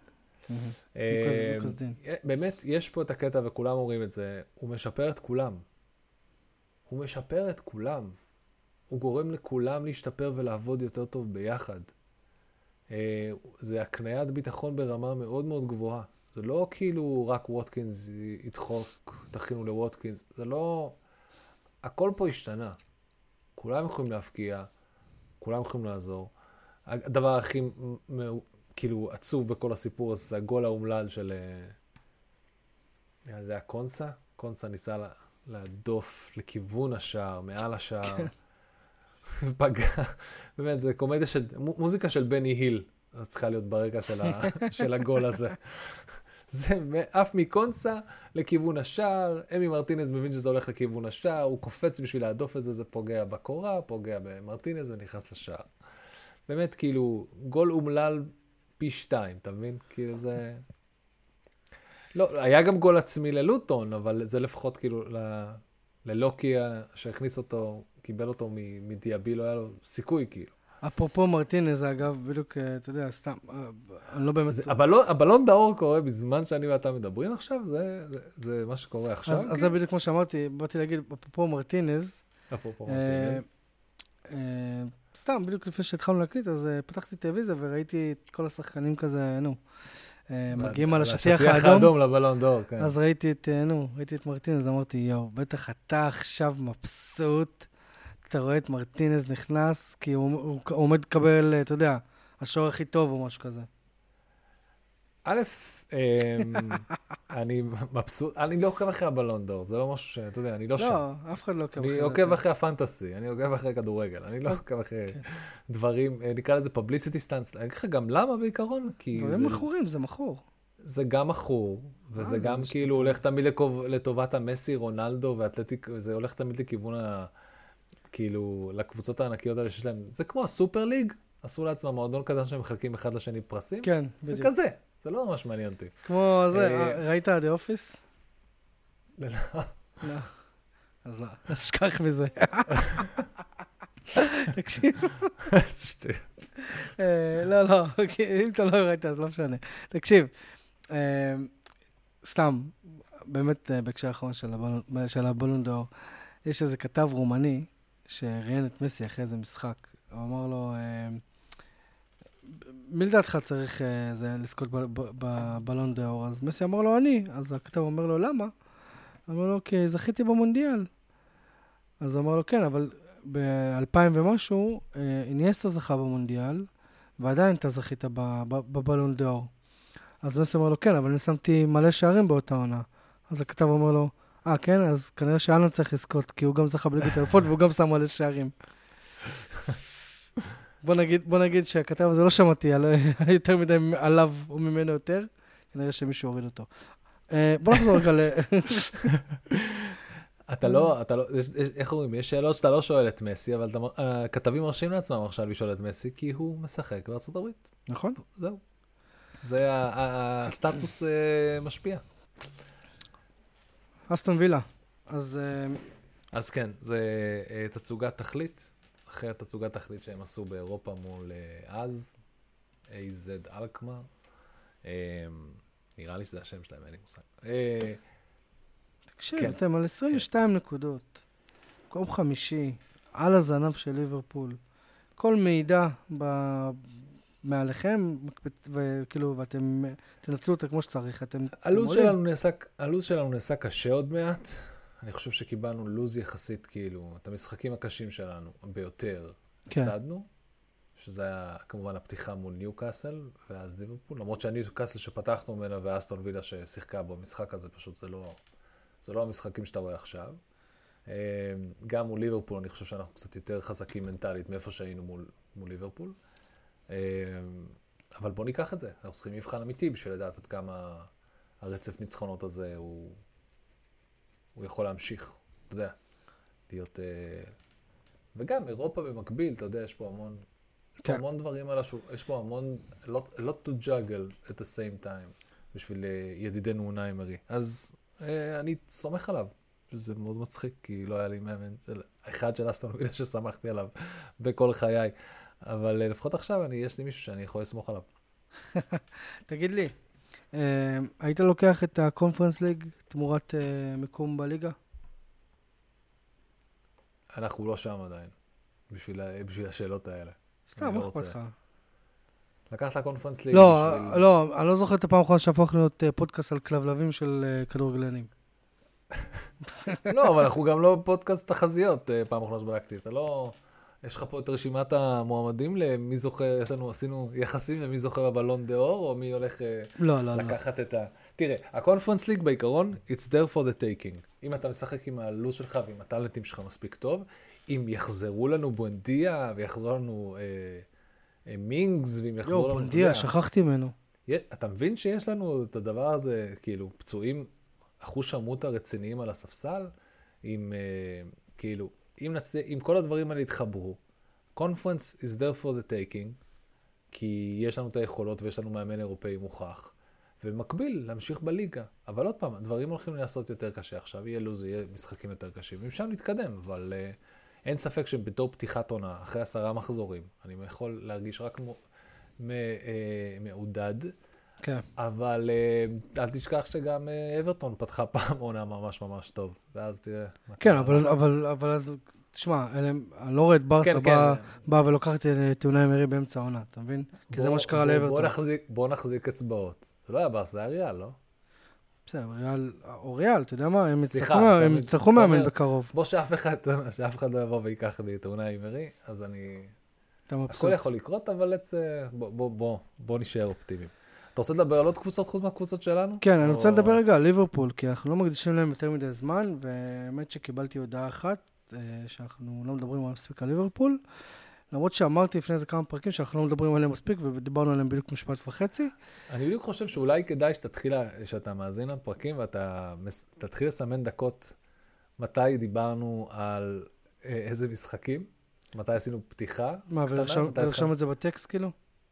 לוקאס דין. באמת, יש פה את הקטע, וכולם אומרים את זה, הוא משפר את כולם. הוא משפר את כולם. הוא גורם לכולם להשתפר ולעבוד יותר טוב ביחד. זה הקניית ביטחון ברמה מאוד מאוד גבוהה. זה לא כאילו רק ווטקינס ידחוק, תכינו לווטקינס. זה לא... הכל פה השתנה. כולם יכולים להפקיע, כולם יכולים לעזור. הדבר הכי, כאילו, עצוב בכל הסיפור הזה, זה הגול האומלל של... זה היה קונסה? קונסה ניסה להדוף לכיוון השער, מעל השער. פגע. באמת, זה קומדיה של... מוזיקה של בני היל. צריכה להיות ברקע של, ה, של הגול הזה. זה אף מקונסה לכיוון השער, אמי מרטינז מבין שזה הולך לכיוון השער, הוא קופץ בשביל להדוף את זה, זה פוגע בקורה, פוגע במרטינז ונכנס לשער. באמת, כאילו, גול אומלל פי שתיים, אתה מבין? כאילו זה... לא, היה גם גול עצמי ללוטון, אבל זה לפחות כאילו ל... ללוקי שהכניס אותו, קיבל אותו מדיאבי, לא היה לו סיכוי כאילו. אפרופו מרטינז, אגב, בדיוק, אתה יודע, סתם, אני לא באמת... הבלון דאור קורה בזמן שאני ואתה מדברים עכשיו, זה מה שקורה עכשיו. אז זה בדיוק כמו שאמרתי, באתי להגיד, אפרופו מרטינז, אפרופו מרטינז. סתם, בדיוק לפני שהתחלנו להקליט, אז פתחתי טלוויזיה וראיתי את כל השחקנים כזה, נו, מגיעים על השטיח האדום. השטיח האדום לבלון דאור, כן. אז ראיתי את, נו, ראיתי את מרטינז, אמרתי, יואו, בטח אתה עכשיו מבסוט, אתה רואה את מרטינז נכנס, כי הוא, הוא, הוא עומד לקבל, אתה יודע, השוער הכי טוב או משהו כזה. א', אני מבסוט, אני לא עוקב אחרי הבלון דור, זה לא משהו שאתה יודע, אני לא שם. לא, אף אחד לא עוקב אחרי זה. אני עוקב אחרי הפנטסי, אני עוקב אחרי כדורגל, אני לא עוקב אחרי דברים, נקרא לזה publicity stunts. אני אגיד לך גם למה בעיקרון? דברים מכורים, זה מכור. זה גם מכור, וזה גם כאילו הולך תמיד לטובת המסי, רונלדו ואתלטיק, וזה הולך תמיד לכיוון ה... כאילו, לקבוצות הענקיות האלה שיש להם, זה כמו הסופר ליג, עשו לעצמם מועדון קטן שהם מחלקים אחד לשני פרסים. כן, בדיוק. זה כזה, זה לא ממש מעניין אותי. כמו זה, ראית The Office? לא. לא. אז לא, אז שכח מזה. תקשיב. שטויות. לא, לא, אם אתה לא ראית, אז לא משנה. תקשיב, סתם, באמת בהקשר האחרון של הבלון ד'אור, יש איזה כתב רומני שראיין את מסי אחרי איזה משחק. הוא אמר לו, מי לדעתך צריך לזכות בבלון ד'אור? אז מסי אמר לו, אני. אז הכתב אומר לו, למה? אמר לו, כי זכיתי במונדיאל. אז הוא אמר לו, כן, אבל ב-אלפיים ומשהו, אינייסטה זכה במונדיאל, ועדיין אתה זכית בבלון ד'אור. אז מסי אמר לו, כן, אבל אני שמתי מלא שערים באותה עונה. אז הכתב אומר לו, אה, כן? אז כנראה שאלן צריך לזכות, כי הוא גם זכה בליגת האלופות, והוא גם שם מלא שערים. בוא נגיד, בוא נגיד שהכתב הזה לא שמעתי יותר מדי עליו או ממנו יותר, כנראה שמישהו הוריד אותו. בוא נחזור רגע ל... אתה לא, אתה לא, איך אומרים, יש שאלות שאתה לא שואל את מסי, אבל הכתבים מרשים לעצמם עכשיו לשאול את מסי, כי הוא משחק בארצות הברית. נכון. זהו. זה הסטטוס משפיע. אסטון וילה. אז... אז כן, זה תצוגת תכלית, אחרי התצוגת תכלית שהם עשו באירופה מול אז, איי זד אלקמר. נראה לי שזה השם שלהם, אין לי מושג. תקשיב, אתם על עשרים ושתיים נקודות, מקום חמישי, על הזנב של ליברפול. כל מידע מעליכם, וכאילו, ואתם תנצלו אותה כמו שצריך, אתם... הלוז שלנו נעשה קשה עוד מעט. אני חושב שקיבלנו לוז יחסית, כאילו, את המשחקים הקשים שלנו ביותר הפסדנו, שזה היה כמובן הפתיחה מול ניוקאסל, ואז ליברפול, למרות שהניוקאסל שפתחנו ממנה ואסטון וילה ששיחקה בו, המשחק הזה פשוט זה לא, זה לא המשחקים שאתה רואה עכשיו. גם מול ליברפול, אני חושב שאנחנו קצת יותר חזקים מנטלית מאיפה שהיינו מול, מול ליברפול. אבל בוא ניקח את זה, אנחנו צריכים מבחן אמיתי בשביל לדעת עד כמה הרצף ניצחונות הזה הוא, הוא יכול להמשיך, אתה יודע, להיות... וגם אירופה במקביל, אתה יודע, יש פה המון, כן. פה המון דברים על השוק, יש פה המון, a lot, a lot to juggle at the same time, בשביל ידידנו ניימרי. אז אני סומך עליו, שזה מאוד מצחיק, כי לא היה לי מאמן, אחד של אסטון וילה ששמחתי עליו בכל חיי. אבל לפחות עכשיו אני, יש לי מישהו שאני יכול לסמוך עליו. תגיד לי, היית לוקח את הקונפרנס ליג תמורת מקום בליגה? אנחנו לא שם עדיין, בשביל, בשביל השאלות האלה. סתם, איך אכפת לך? לקחת לקונפרנס ליג? לא, בשביל... לא, אני לא זוכר את הפעם האחרונה שהפך להיות פודקאסט על כלבלבים של כדורגלנים. לא, אבל אנחנו גם לא פודקאסט תחזיות, פעם אחרונה שבדקתי. אתה לא... יש לך פה את רשימת המועמדים למי זוכר, יש לנו, עשינו יחסים למי זוכר הבלון דה אור, או מי הולך לא, לא, לקחת לא. את ה... תראה, הקונפרנס ליג בעיקרון, it's there for the taking. אם אתה משחק עם הלו"ז שלך ועם הטלנטים שלך מספיק טוב, אם יחזרו לנו בונדיה, ויחזרו לנו אה, אה, מינגס, ואם יחזרו יו, לנו... בונדיה, שכחתי ממנו. אתה מבין שיש לנו את הדבר הזה, כאילו, פצועים, אחוז שמות הרציניים על הספסל, עם, אה, כאילו, אם, נצ... אם כל הדברים האלה יתחברו, conference is there for the taking, כי יש לנו את היכולות ויש לנו מאמן אירופאי מוכח, ובמקביל, להמשיך בליגה. אבל עוד פעם, הדברים הולכים לעשות יותר קשה עכשיו, יהיה לוז, יהיה משחקים יותר קשים, ומשם נתקדם, אבל אה, אין ספק שבתור פתיחת עונה, אחרי עשרה מחזורים, אני יכול להרגיש רק מ... מ... אה, מעודד, כן. אבל אל תשכח שגם אברטון פתחה פעם עונה ממש ממש טוב, ואז תראה. כן, אבל, אבל, אבל אז, תשמע, אני לא רואה את ברסה כן, בא, כן. בא ולוקח את תאונה אמרי באמצע העונה, אתה מבין? כי זה מה שקרה לאברטון. בוא נחזיק, בוא נחזיק אצבעות. זה לא היה ברסה, זה היה ריאל, לא? בסדר, ריאל, או ריאל, אתה יודע מה? הם סליחה, הם יצטרכו מאמן בקרוב. בוא שאף אחד, שאף אחד לא יבוא ויקח לי תאונה אמרי, אז אני... הכל יכול לקרות, אבל בוא, בוא, בוא, בוא נשאר אופטימיים. אתה רוצה לדבר על עוד קבוצות חוץ מהקבוצות שלנו? כן, אני רוצה לדבר רגע על ליברפול, כי אנחנו לא מקדישים להם יותר מדי זמן, והאמת שקיבלתי הודעה אחת, שאנחנו לא מדברים מספיק על ליברפול, למרות שאמרתי לפני איזה כמה פרקים שאנחנו לא מדברים עליהם מספיק, ודיברנו עליהם בדיוק משפט וחצי. אני בדיוק חושב שאולי כדאי שתתחיל, שאתה מאזין לפרקים, ואתה תתחיל לסמן דקות מתי דיברנו על איזה משחקים, מתי עשינו פתיחה. מה, ולרשום את זה בטקסט כאילו?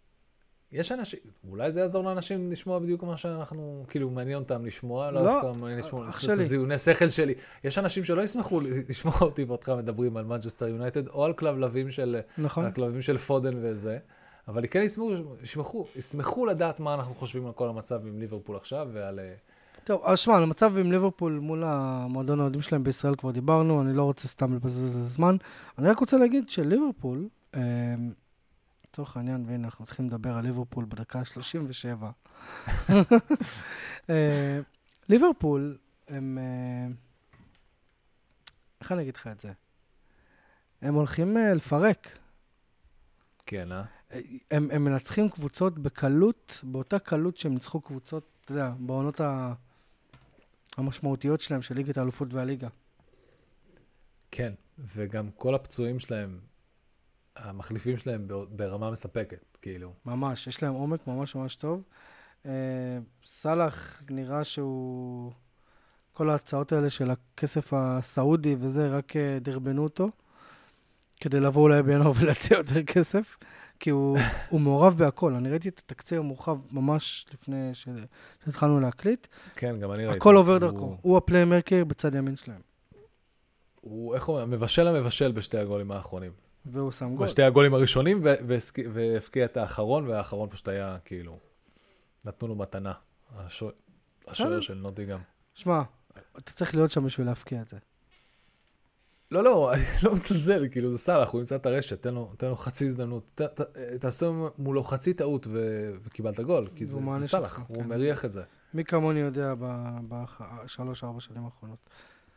יש אנשים, אולי זה יעזור לאנשים לשמוע בדיוק מה שאנחנו, כאילו, מעניין אותם לשמוע, לא, לא מעניין לשמוע, את הזיוני שכל שלי. יש אנשים שלא ישמחו לשמוע אותי ואותך מדברים על מנצ'סטר יונייטד, או על כלבלבים של, נכון. על כלבבים של פודן וזה, אבל כן ישמחו, ישמחו, ישמחו לדעת מה אנחנו חושבים על כל המצב עם ליברפול עכשיו, ועל... טוב, אז שמע, על המצב עם ליברפול מול המועדון האוהדים שלהם בישראל כבר דיברנו, אני לא רוצה סתם לבזבז זמן. אני רק רוצה להגיד שליברפול, לצורך העניין, והנה אנחנו מתחילים לדבר על ליברפול בדקה שלושים ושבע. ליברפול, הם... איך אני אגיד לך את זה? הם הולכים לפרק. כן, אה? הם, הם מנצחים קבוצות בקלות, באותה קלות שהם ניצחו קבוצות, אתה יודע, בעונות ה... המשמעותיות שלהם, של ליגת האלופות והליגה. כן, וגם כל הפצועים שלהם, המחליפים שלהם ברמה מספקת, כאילו. ממש, יש להם עומק ממש ממש טוב. אה, סלאח נראה שהוא... כל ההצעות האלה של הכסף הסעודי וזה, רק אה, דרבנו אותו, כדי לבוא אולי בינואר ולהציע יותר כסף, כי הוא, הוא מעורב בהכל. אני ראיתי את התקציר המורחב ממש לפני שהתחלנו להקליט. כן, גם אני ראיתי. הכל עובר דרכו. הוא, הוא הפליימקר בצד ימין שלהם. הוא, איך הוא, מבשל המבשל בשתי הגולים האחרונים. והוא שם גול. בשתי הגולים הראשונים, והפקיע את האחרון, והאחרון פשוט היה, כאילו, נתנו לו מתנה. השוער של נוטיגהאם. שמע, אתה צריך להיות שם בשביל להפקיע את זה. לא, לא, אני לא מצלזל, כאילו זה סלאח, הוא ימצא את הרשת, תן לו, תן לו חצי הזדמנות, תעשה מולו חצי טעות וקיבלת גול, כי זה סלאח, הוא מריח את זה. מי כמוני יודע בשלוש, ארבע שנים האחרונות.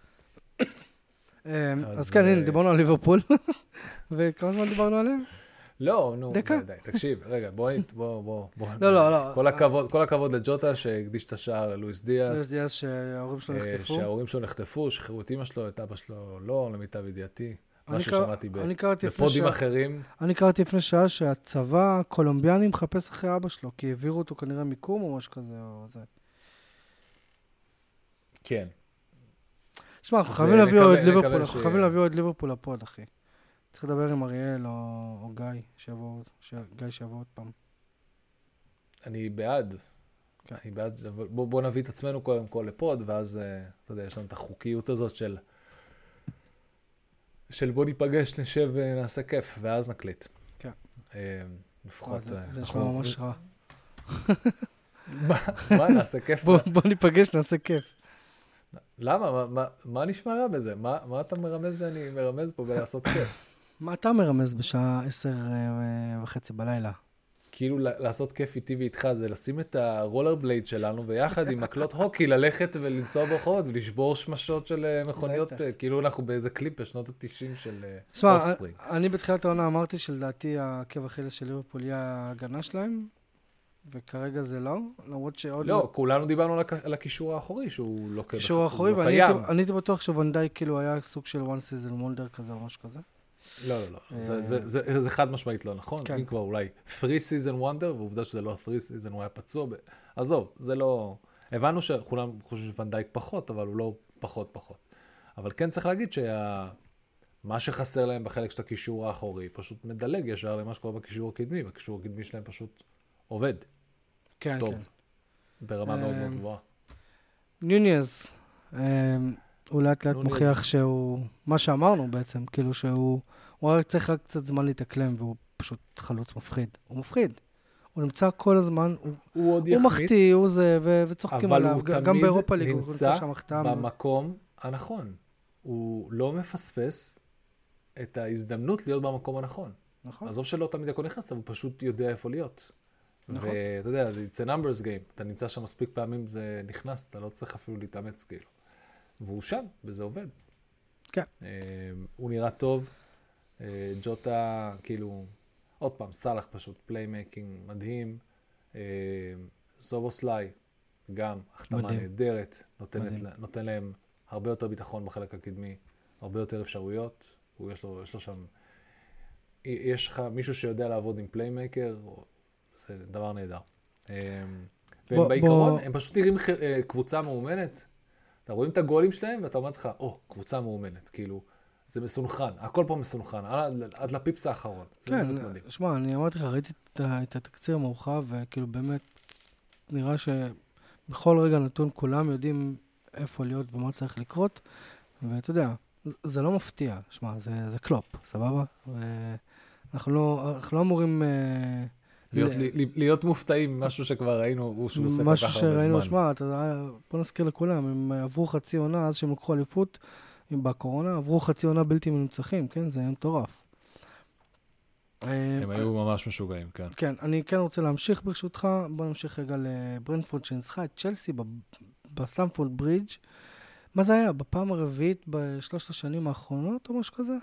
אז כן, הנה, דיברנו על ליברפול, וכמה זמן דיברנו עליהם? לא, נו, די, תקשיב, רגע, בוא, בוא, בוא, בוא. לא, לא, לא. כל הכבוד, כל הכבוד לג'וטה שהקדיש את השער ללואיס דיאס. לואיס דיאס שההורים שלו נחטפו. שההורים שלו נחטפו, שחררו את אמא שלו, את אבא שלו, לא, למיטב ידיעתי. מה ששמעתי בפודים אחרים. אני קראתי לפני שעה שהצבא הקולומביאני מחפש אחרי אבא שלו, כי העבירו אותו כנראה מיקום או משהו כזה, או זה. כן. שמע, אנחנו חייבים להביא עוד ליברפול, אנחנו חייבים להביא עוד ליברפול לפוד, אחי. צריך לדבר עם אריאל או, או גיא, שיבוא, גיא שיבוא עוד פעם. אני בעד. כן. אני בעד, בוא, בוא נביא את עצמנו קודם כל לפוד, ואז, אתה יודע, יש לנו את החוקיות הזאת של, של בוא ניפגש, נשב ונעשה כיף, ואז נקליט. כן. לפחות... זה, זה נשמע ממש רע. מה, מה נעשה כיף? בוא, בוא ניפגש, נעשה כיף. למה? מה, מה, מה נשמע רע בזה? מה, מה אתה מרמז שאני מרמז פה בלעשות כיף? מה אתה מרמז בשעה עשר וחצי בלילה? כאילו לעשות כיף איתי ואיתך, זה לשים את הרולר בלייד שלנו, ויחד עם מקלות הוקי, ללכת ולנסוע ברחובות, ולשבור שמשות של מכוניות, כאילו אנחנו באיזה קליפ בשנות ה-תשעים של אופספרינג. אני בתחילת העונה אמרתי שלדעתי העקב אכילס של ליברפול יהיה ההגנה שלהם, וכרגע זה לא, למרות שעוד לא... לא, כולנו דיברנו על הקישור האחורי, שהוא לא קיים. קישור האחורי, ואני הייתי בטוח שוונדייק כאילו היה סוג של one season wonder כזה או משהו כזה. לא, לא, לא. זה, זה, זה, זה חד משמעית לא נכון. כן. אם כבר אולי three season wonder, ועובדה שזה לא three season, הוא היה פצוע. ב... עזוב, זה לא... הבנו שכולם חושבים שוונדייק פחות, אבל הוא לא פחות פחות. אבל כן צריך להגיד שה... מה שחסר להם בחלק של הקישור האחורי, פשוט מדלג ישר למה שקורה בקישור הקדמי, והקישור הקדמי שלהם פשוט עובד. כן, טוב. כן. ברמה מאוד מאוד גבוהה. ניוניז, הוא לאט לאט מוכיח שהוא... מה שאמרנו בעצם, כאילו שהוא... הוא רק צריך רק קצת זמן להתאקלם, והוא פשוט חלוץ מפחיד. הוא מפחיד. הוא נמצא כל הזמן, הוא, הוא עוד הוא מחטיא, הוא זה, ו- וצוחקים עליו. גם באירופה ליג הוא נמצא במקום הנכון. הוא לא מפספס את ההזדמנות להיות במקום הנכון. נכון. עזוב שלא תמיד הכל נכנס, אבל הוא פשוט יודע איפה להיות. נכון. ואתה יודע, it's a numbers game. אתה נמצא שם מספיק פעמים, זה נכנס, אתה לא צריך אפילו להתאמץ כאילו. והוא שם, וזה עובד. כן. הוא נראה טוב. ג'וטה, כאילו, עוד פעם, סלח פשוט, פליימייקינג מדהים. סובוסליי, גם החתמה נהדרת, נותן להם הרבה יותר ביטחון בחלק הקדמי, הרבה יותר אפשרויות. הוא יש לו, יש לו שם, יש לך מישהו שיודע לעבוד עם פליימייקר, זה דבר נהדר. והם בעיקרון, הם פשוט נראים קבוצה מאומנת. אתה רואים את הגולים שלהם, ואתה אומר לך, או, קבוצה מאומנת, כאילו, זה מסונכן, הכל פה מסונכן, עד, עד לפיפס האחרון. כן, שמע, אני אמרתי לך, ראיתי את, את התקציר המורחב, וכאילו באמת נראה שבכל רגע נתון כולם יודעים איפה להיות ומה צריך לקרות, ואתה יודע, זה לא מפתיע, שמע, זה, זה קלופ, סבבה? ואנחנו לא, אנחנו לא אמורים... להיות, ל... להיות מופתעים, משהו שכבר ראינו, שהוא עושה כל כך הרבה זמן. משהו שראינו, שמע, בוא נזכיר לכולם, הם עברו חצי עונה, אז שהם לקחו אליפות, בקורונה, עברו חצי עונה בלתי מנוצחים, כן? זה היה מטורף. הם היו ממש משוגעים, כן. כן, אני כן רוצה להמשיך ברשותך, בוא נמשיך רגע לברנפורד שניצחה את צ'לסי בסטמפורד ברידג'. מה זה היה? בפעם הרביעית בשלושת השנים האחרונות או משהו כזה?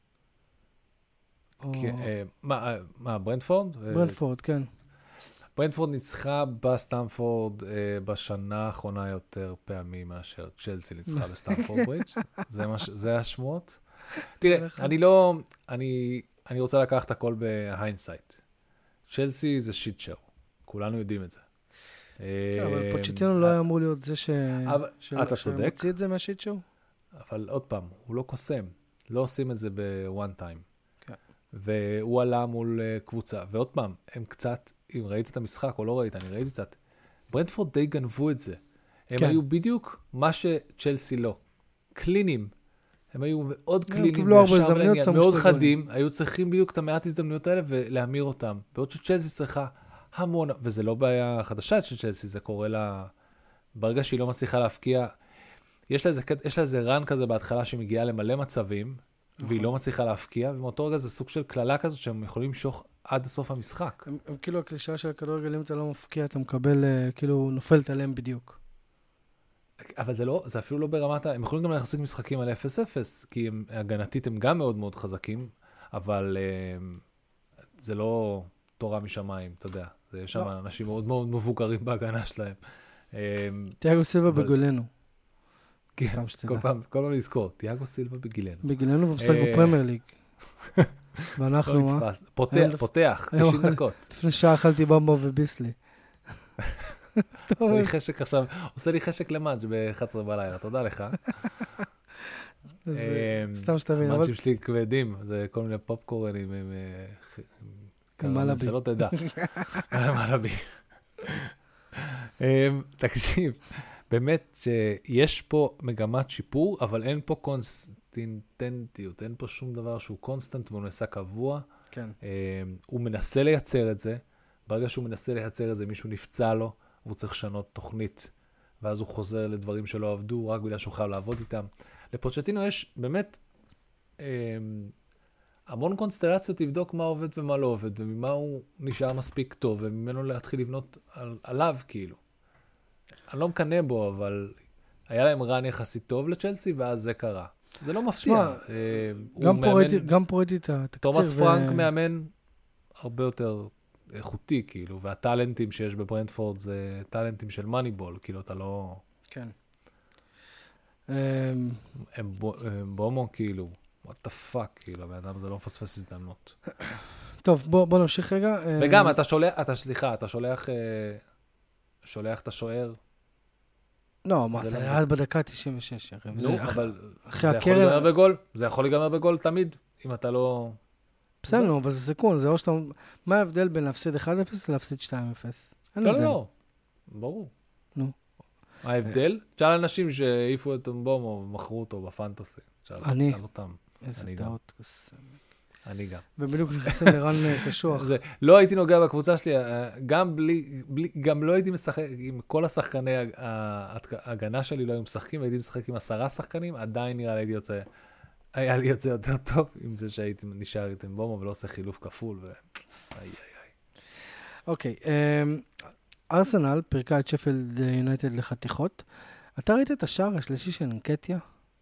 מה, ברנפורד? ברנפורד, כן. ברנפורד ניצחה בסטמפורד בשנה האחרונה יותר פעמים מאשר צ'לסי ניצחה בסטמפורד ברידג'. זה השמועות. תראה, אני לא, אני, אני רוצה לקחת הכל בהיינסייט. צ'לסי זה שיט שואו. כולנו יודעים את זה. אבל פוצ'טינו לא היה אמור להיות זה ש... אתה צודק. שמוציא את זה מהשיט שואו? אבל עוד פעם, הוא לא קוסם. לא עושים את זה ב-one time. והוא עלה מול קבוצה. ועוד פעם, הם קצת, אם ראית את המשחק או לא ראית, אני ראיתי קצת, ברנטפורד די גנבו את זה. הם כן. היו בדיוק מה שצ'לסי לא. קלינים. הם היו מאוד קלינים, וישר לעניין, מאוד חדים, היו צריכים בדיוק את המעט הזדמנויות האלה ולהמיר אותם. בעוד שצ'לסי צריכה המון, וזה לא בעיה חדשה של צ'לסי, זה קורה לה, ברגע שהיא לא מצליחה להפקיע, יש לה איזה, יש לה איזה רן כזה בהתחלה שמגיעה למלא מצבים, והיא לא מצליחה להפקיע, ומאותו רגע זה סוג של כללה כזאת שהם יכולים למשוך עד סוף המשחק. הם, הם כאילו הקלישה של הכדורגל, אם אתה לא מפקיע, אתה מקבל, כאילו נופלת עליהם בדיוק. אבל זה לא, זה אפילו לא ברמת, הם יכולים גם להחזיק משחקים על אפס אפס, כי הם, הגנתית הם גם מאוד מאוד חזקים, אבל זה לא תורה משמיים, אתה יודע. יש שם אנשים מאוד מאוד מבוגרים בהגנה שלהם. תיאגו סילבה בגולנו. כן, כל פעם, כל פעם לזכור, תיאגו סילבה בגילנו. בגילנו ומשחק בפרמייר ליג. ואנחנו מה? פותח, פותח, תשעים דקות. לפני שעה אכלתי במבו וביסלי. עושה לי חשק עכשיו, עושה לי חשק למאג' ב-אחת עשרה בלילה, תודה לך. סתם שתבין. המאג'ים שלי כבדים, זה כל מיני פופקורנים עם קרמים שלא תדע. מלאבי. תקשיב. באמת שיש פה מגמת שיפור, אבל אין פה קונסטנטיות, אין פה שום דבר שהוא קונסטנט והוא נעשה קבוע. כן. הוא מנסה לייצר את זה, ברגע שהוא מנסה לייצר את זה, מישהו נפצע לו, והוא צריך לשנות תוכנית, ואז הוא חוזר לדברים שלא עבדו, רק בגלל שהוא חייב לעבוד איתם. לפוצ'טינו יש באמת, המון קונסטלציות תבדוק מה עובד ומה לא עובד, וממה הוא נשאר מספיק טוב, וממנו להתחיל לבנות על, עליו, כאילו. אני לא מקנה בו, אבל היה להם רן יחסית טוב לצ'לסי, ואז זה קרה. זה לא מפתיע. שמה, גם, פה ראיתי, גם פה ראיתי את התקציר. תומאס ו... פרנק מאמן הרבה יותר איכותי, כאילו, והטלנטים שיש בברנדפורד זה טלנטים של מאניבול, כאילו, אתה לא... כן. הם בומו, כאילו, what the fuck, כאילו, הבן זה לא מפספס הזדמנות. טוב, בוא, בוא נמשיך רגע. וגם, אתה שולח, אתה, סליחה, אתה שולח, שולח את השוער. לא, מה, זה היה בדקה תשעים ושש, נו, אבל זה יכול להיגמר בגול, זה יכול להיגמר בגול תמיד, אם אתה לא... בסדר, אבל זה סיכון, זה או שאתה... מה ההבדל בין להפסיד אחד אפס להפסיד שתיים אפס? לא, לא, ברור. נו. ההבדל? תשאל אנשים שהעיפו את בומו ומכרו אותו בפנטסי. אני? איזה טעות. אני גם. ובדיוק נכנסים לרן קשוח. לא הייתי נוגע בקבוצה שלי, גם לא הייתי משחק, עם כל השחקני ההגנה שלי לא היו משחקים, הייתי משחק עם עשרה שחקנים, עדיין נראה לי הייתי יוצא, היה לי יוצא יותר טוב עם זה שהייתי נשאר איתם בומו ולא עושה חילוף כפול. ו... איי, איי, איי. אוקיי, ארסנל פירקה את שפילד יונייטד לחתיכות. אתה ראית את השער השלישי של נקטיה?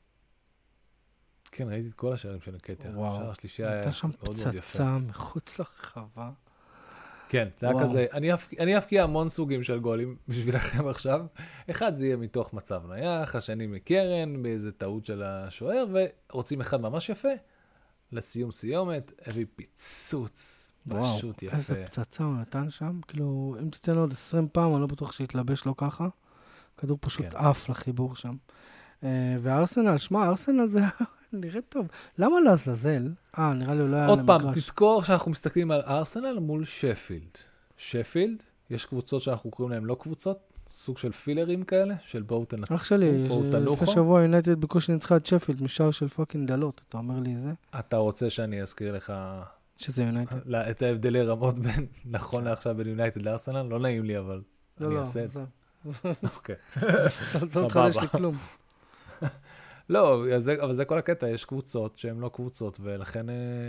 כן, ראיתי את כל השערים של נקטיה. השער השלישי היה הייתה שם מאוד מאוד יפה. פצצה מחוץ לרחבה. כן, זה היה כזה, אני אפקיע המון סוגים של גולים בשבילכם עכשיו. אחד זה יהיה מתוך מצב נייח, השני מקרן, באיזה טעות של השוער, ורוצים אחד ממש יפה. לסיום סיומת, הביא פיצוץ, פשוט יפה. איזה פצצה הוא נתן שם, כאילו, אם תיתן לו עוד עשרים פעם, אני לא בטוח שיתלבש לו ככה. כדור פשוט עף לחיבור שם. וארסנל, שמע, ארסנל זה נראה טוב. למה לעזאזל? אה, נראה לי אולי... עוד פעם, תזכור שאנחנו מסתכלים על ארסנל מול שפילד. שפילד, יש קבוצות שאנחנו קוראים להם לא קבוצות, סוג של פילרים כאלה, של בואו תנצחו, אח שלי, לפני שבוע יונייטד בקושי ניצחה את שפילד, משאר של פאקינג דלות, אתה אומר לי זה? אתה רוצה שאני אזכיר לך... שזה יונייטד. את ההבדלי רמות בין, נכון לעכשיו בין יונייטד לארסנל? לא נעים לי, אבל אני אעשה את זה. אוקיי. זה לא תחדש לי כלום. לא, אבל זה כל הקטע, יש קבוצות שהן לא קבוצות, ולכן,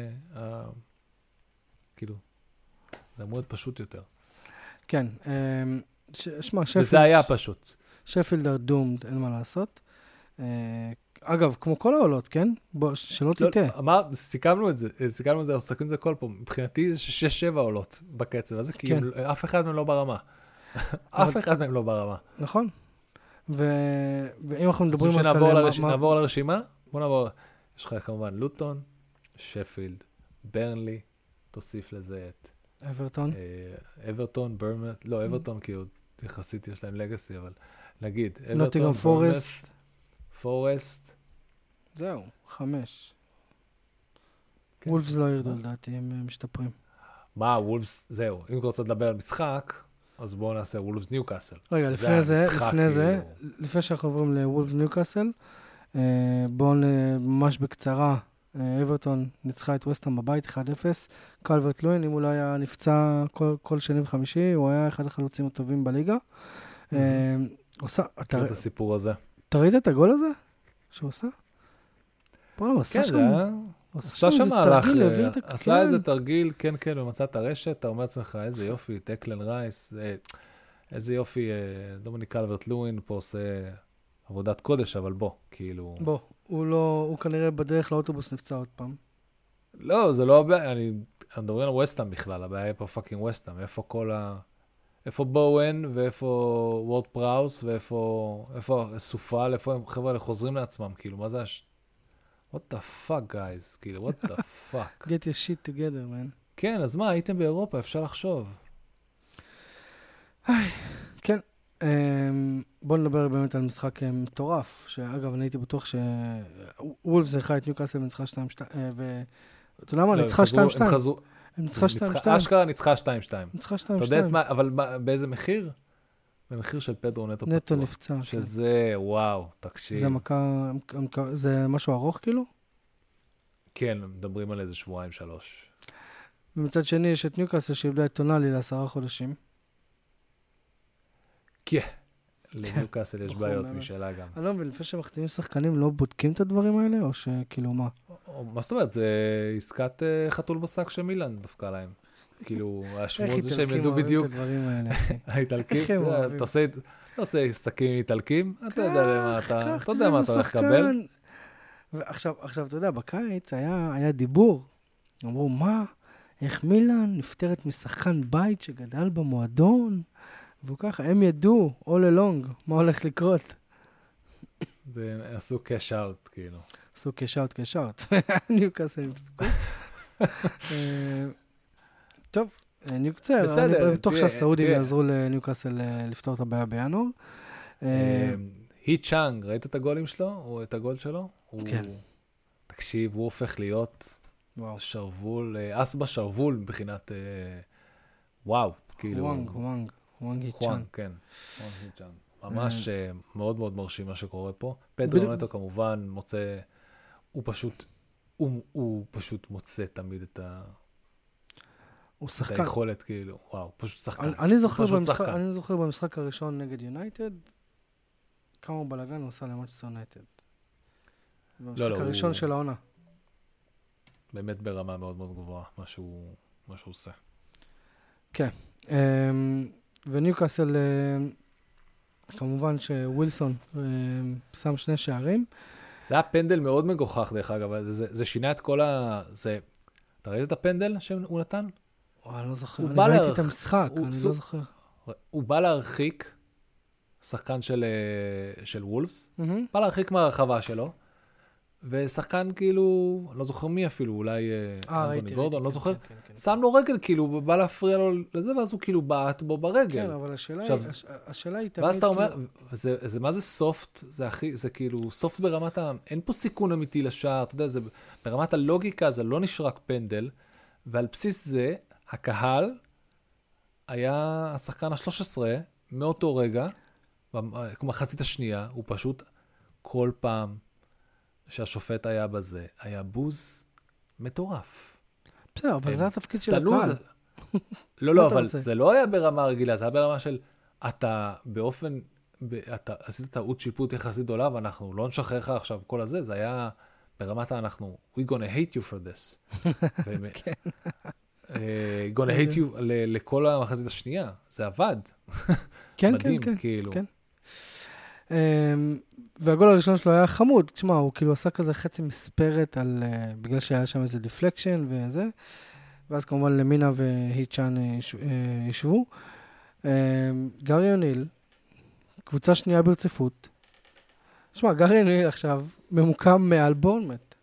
כאילו, זה אמור להיות פשוט יותר. כן, שמע, שפילד... וזה היה פשוט. שפילד are doomed, אין מה לעשות. אגב, כמו כל העולות, כן? שלא תטעה. אמר, סיכמנו את זה, סיכמנו את זה, סיכמנו את זה כל פעם. מבחינתי זה שש שבע עולות בקצב הזה, כי אף אחד מהם לא ברמה. אף אחד מהם לא ברמה. נכון. ואם אנחנו מדברים על... נעבור לרשימה? בוא נעבור. יש לך כמובן לוטון, שפילד, ברנלי, תוסיף לזה את... אברטון. אברטון, ברמט, לא, אברטון כי עוד יחסית יש להם לגאסי, אבל נגיד, נוטינגהאם פורסט. פורסט. זהו, חמש. וולפס לא ירדו לדעתי, הם משתפרים. מה, וולפס, זהו, אם רוצות לדבר על משחק, אז בואו נעשה וולפס ניוקאסל. רגע, לפני זה, לפני זה, לפני שאנחנו עוברים לוולפס ניוקאסל, בואו ממש בקצרה, אברטון ניצחה את ווסטהאם בבית אחד אפס, קלברט לוין, אם הוא לא היה נפצע כל שני וחמישי, הוא היה אחד החלוצים הטובים בליגה. עושה, מכיר את הסיפור הזה. אתה ראית את הגול הזה שהוא עושה? כן, זה היה... עשה שם מהלך, עשה איזה תרגיל, כן, כן, ומצא את הרשת, אתה אומר לעצמך, איזה יופי, טקלן רייס, איזה יופי, דומיניק קלברט לוין, פה עושה עבודת קודש, אבל בוא, כאילו... בוא, הוא לא, הוא כנראה בדרך לאוטובוס נפצע עוד פעם. לא, זה לא הבעיה, אני מדברים על ווסטהאם בכלל, הבעיה היא פה פאקינג ווסטהאם, איפה כל ה... איפה בואוין, ואיפה וורד פראוס, ואיפה סופל, איפה הם חבר'ה חוזרים לעצמם, כאילו, מה זה הש... What the fuck, guys? כאילו, what the fuck? Get your shit together, man. כן, אז מה, הייתם באירופה, אפשר לחשוב. כן, בואו נדבר באמת על משחק מטורף, שאגב, אני הייתי בטוח שוולף זכה את ניוקאסל וניצחה שתיים שתיים, ואתה יודע מה, ניצחה שתיים שתיים. הם חזרו... ניצחה שתיים שתיים. אשכרה ניצחה שתיים שתיים. ניצחה שתיים שתיים. אתה יודעת מה, אבל באיזה מחיר? במחיר של פדרו נטו פצוע. נטו נפצע. שזה, וואו, תקשיב. זה מכה, זה משהו ארוך כאילו? כן, מדברים על איזה שבועיים, שלוש. ומצד שני יש את ניוקאסל שאיבדה את טונאלי לעשרה חודשים. כן. לניוקאסל יש בעיות משאלה גם. אני לא מבין, לפני שמחתימים שחקנים לא בודקים את הדברים האלה, או שכאילו מה? מה זאת אומרת? זה עסקת חתול בשק של מילאן דווקא להם. כאילו, השמור זה שהם ידעו בדיוק. איך איטלקים אוהבים את הדברים האלה? האיטלקים, אתה עושה עסקים איטלקים, אתה יודע מה אתה הולך לקבל. עכשיו, אתה יודע, בקיץ היה דיבור. אמרו, מה? איך מילאן נפטרת משחקן בית שגדל במועדון? וככה, הם ידעו, all along, מה הולך לקרות. ועשו cash out, כאילו. עשו cash out, cash out. ניוקאסל נדפקו. טוב, ניוקאסל, בסדר. אני בטוח שהסעודים יעזרו לניוקאסל לפתור את הבעיה בינואר. הי צ'אנג, ראית את הגולים שלו? או את הגול שלו? כן. תקשיב, הוא הופך להיות שרוול, אס בשרוול מבחינת, וואו, כאילו. וואנג, וואנג, וואנג הי צ'אנג. כן, וואנג הי צ'אנג. ממש מאוד מאוד מרשים מה שקורה פה. פדרו נטו כמובן מוצא, הוא פשוט, הוא פשוט מוצא תמיד את ה... הוא שחקן. את היכולת, כאילו, וואו, פשוט שחקן. אני זוכר, במשחק, אני זוכר במשחק הראשון נגד יונייטד, כמה בלגן הוא עושה למנצ'סטר יונייטד. במשחק לא, הראשון הוא... של העונה. באמת ברמה מאוד מאוד גבוהה, מה שהוא, מה שהוא עושה. כן. וניוקאסל, כמובן שווילסון שם שני שערים. זה היה פנדל מאוד מגוחך, דרך אגב, זה, זה שינה את כל ה... זה... אתה ראית את הפנדל שהוא נתן? אני לא זוכר, אני ראיתי את המשחק, אני לא זוכר. הוא בא להרחיק, שחקן של, של וולפס, בא להרחיק מהרחבה שלו, ושחקן כאילו, אני לא זוכר מי אפילו, אולי אנטוני גורדון, לא זוכר, שם לו רגל כאילו, הוא בא להפריע לו לזה, ואז הוא כאילו בעט בו ברגל. כן, אבל השאלה היא תמיד... ואז אתה אומר, זה מה זה סופט? זה כאילו סופט ברמת ה... אין פה סיכון אמיתי לשער, אתה יודע, ברמת הלוגיקה זה לא נשרק פנדל, ועל בסיס זה, הקהל היה השחקן ה-שלוש עשרה, מאותו רגע, במחצית השנייה, הוא פשוט כל פעם שהשופט היה בזה, היה בוז מטורף. בסדר, אבל זה התפקיד של הקהל. לא, לא, אבל זה לא היה ברמה רגילה, זה היה ברמה של, אתה באופן, אתה עשית טעות שיפוט יחסית גדולה, ואנחנו לא נשחרר לך עכשיו כל הזה, זה היה ברמת אנחנו, we gonna hate you for this. כן. gonna hate you לכל המחצית השנייה, זה עבד. כן, מדהים, כן, כאילו. כן. והגול הראשון שלו היה חמוד, תשמע, הוא כאילו עשה כזה חצי מספרת על, בגלל שהיה שם איזה דיפלקשן וזה, ואז כמובן למינה והיצ'אן ישבו. גארי אוניל, קבוצה שנייה ברציפות. תשמע, גארי אוניל עכשיו ממוקם מעל בורנמוט.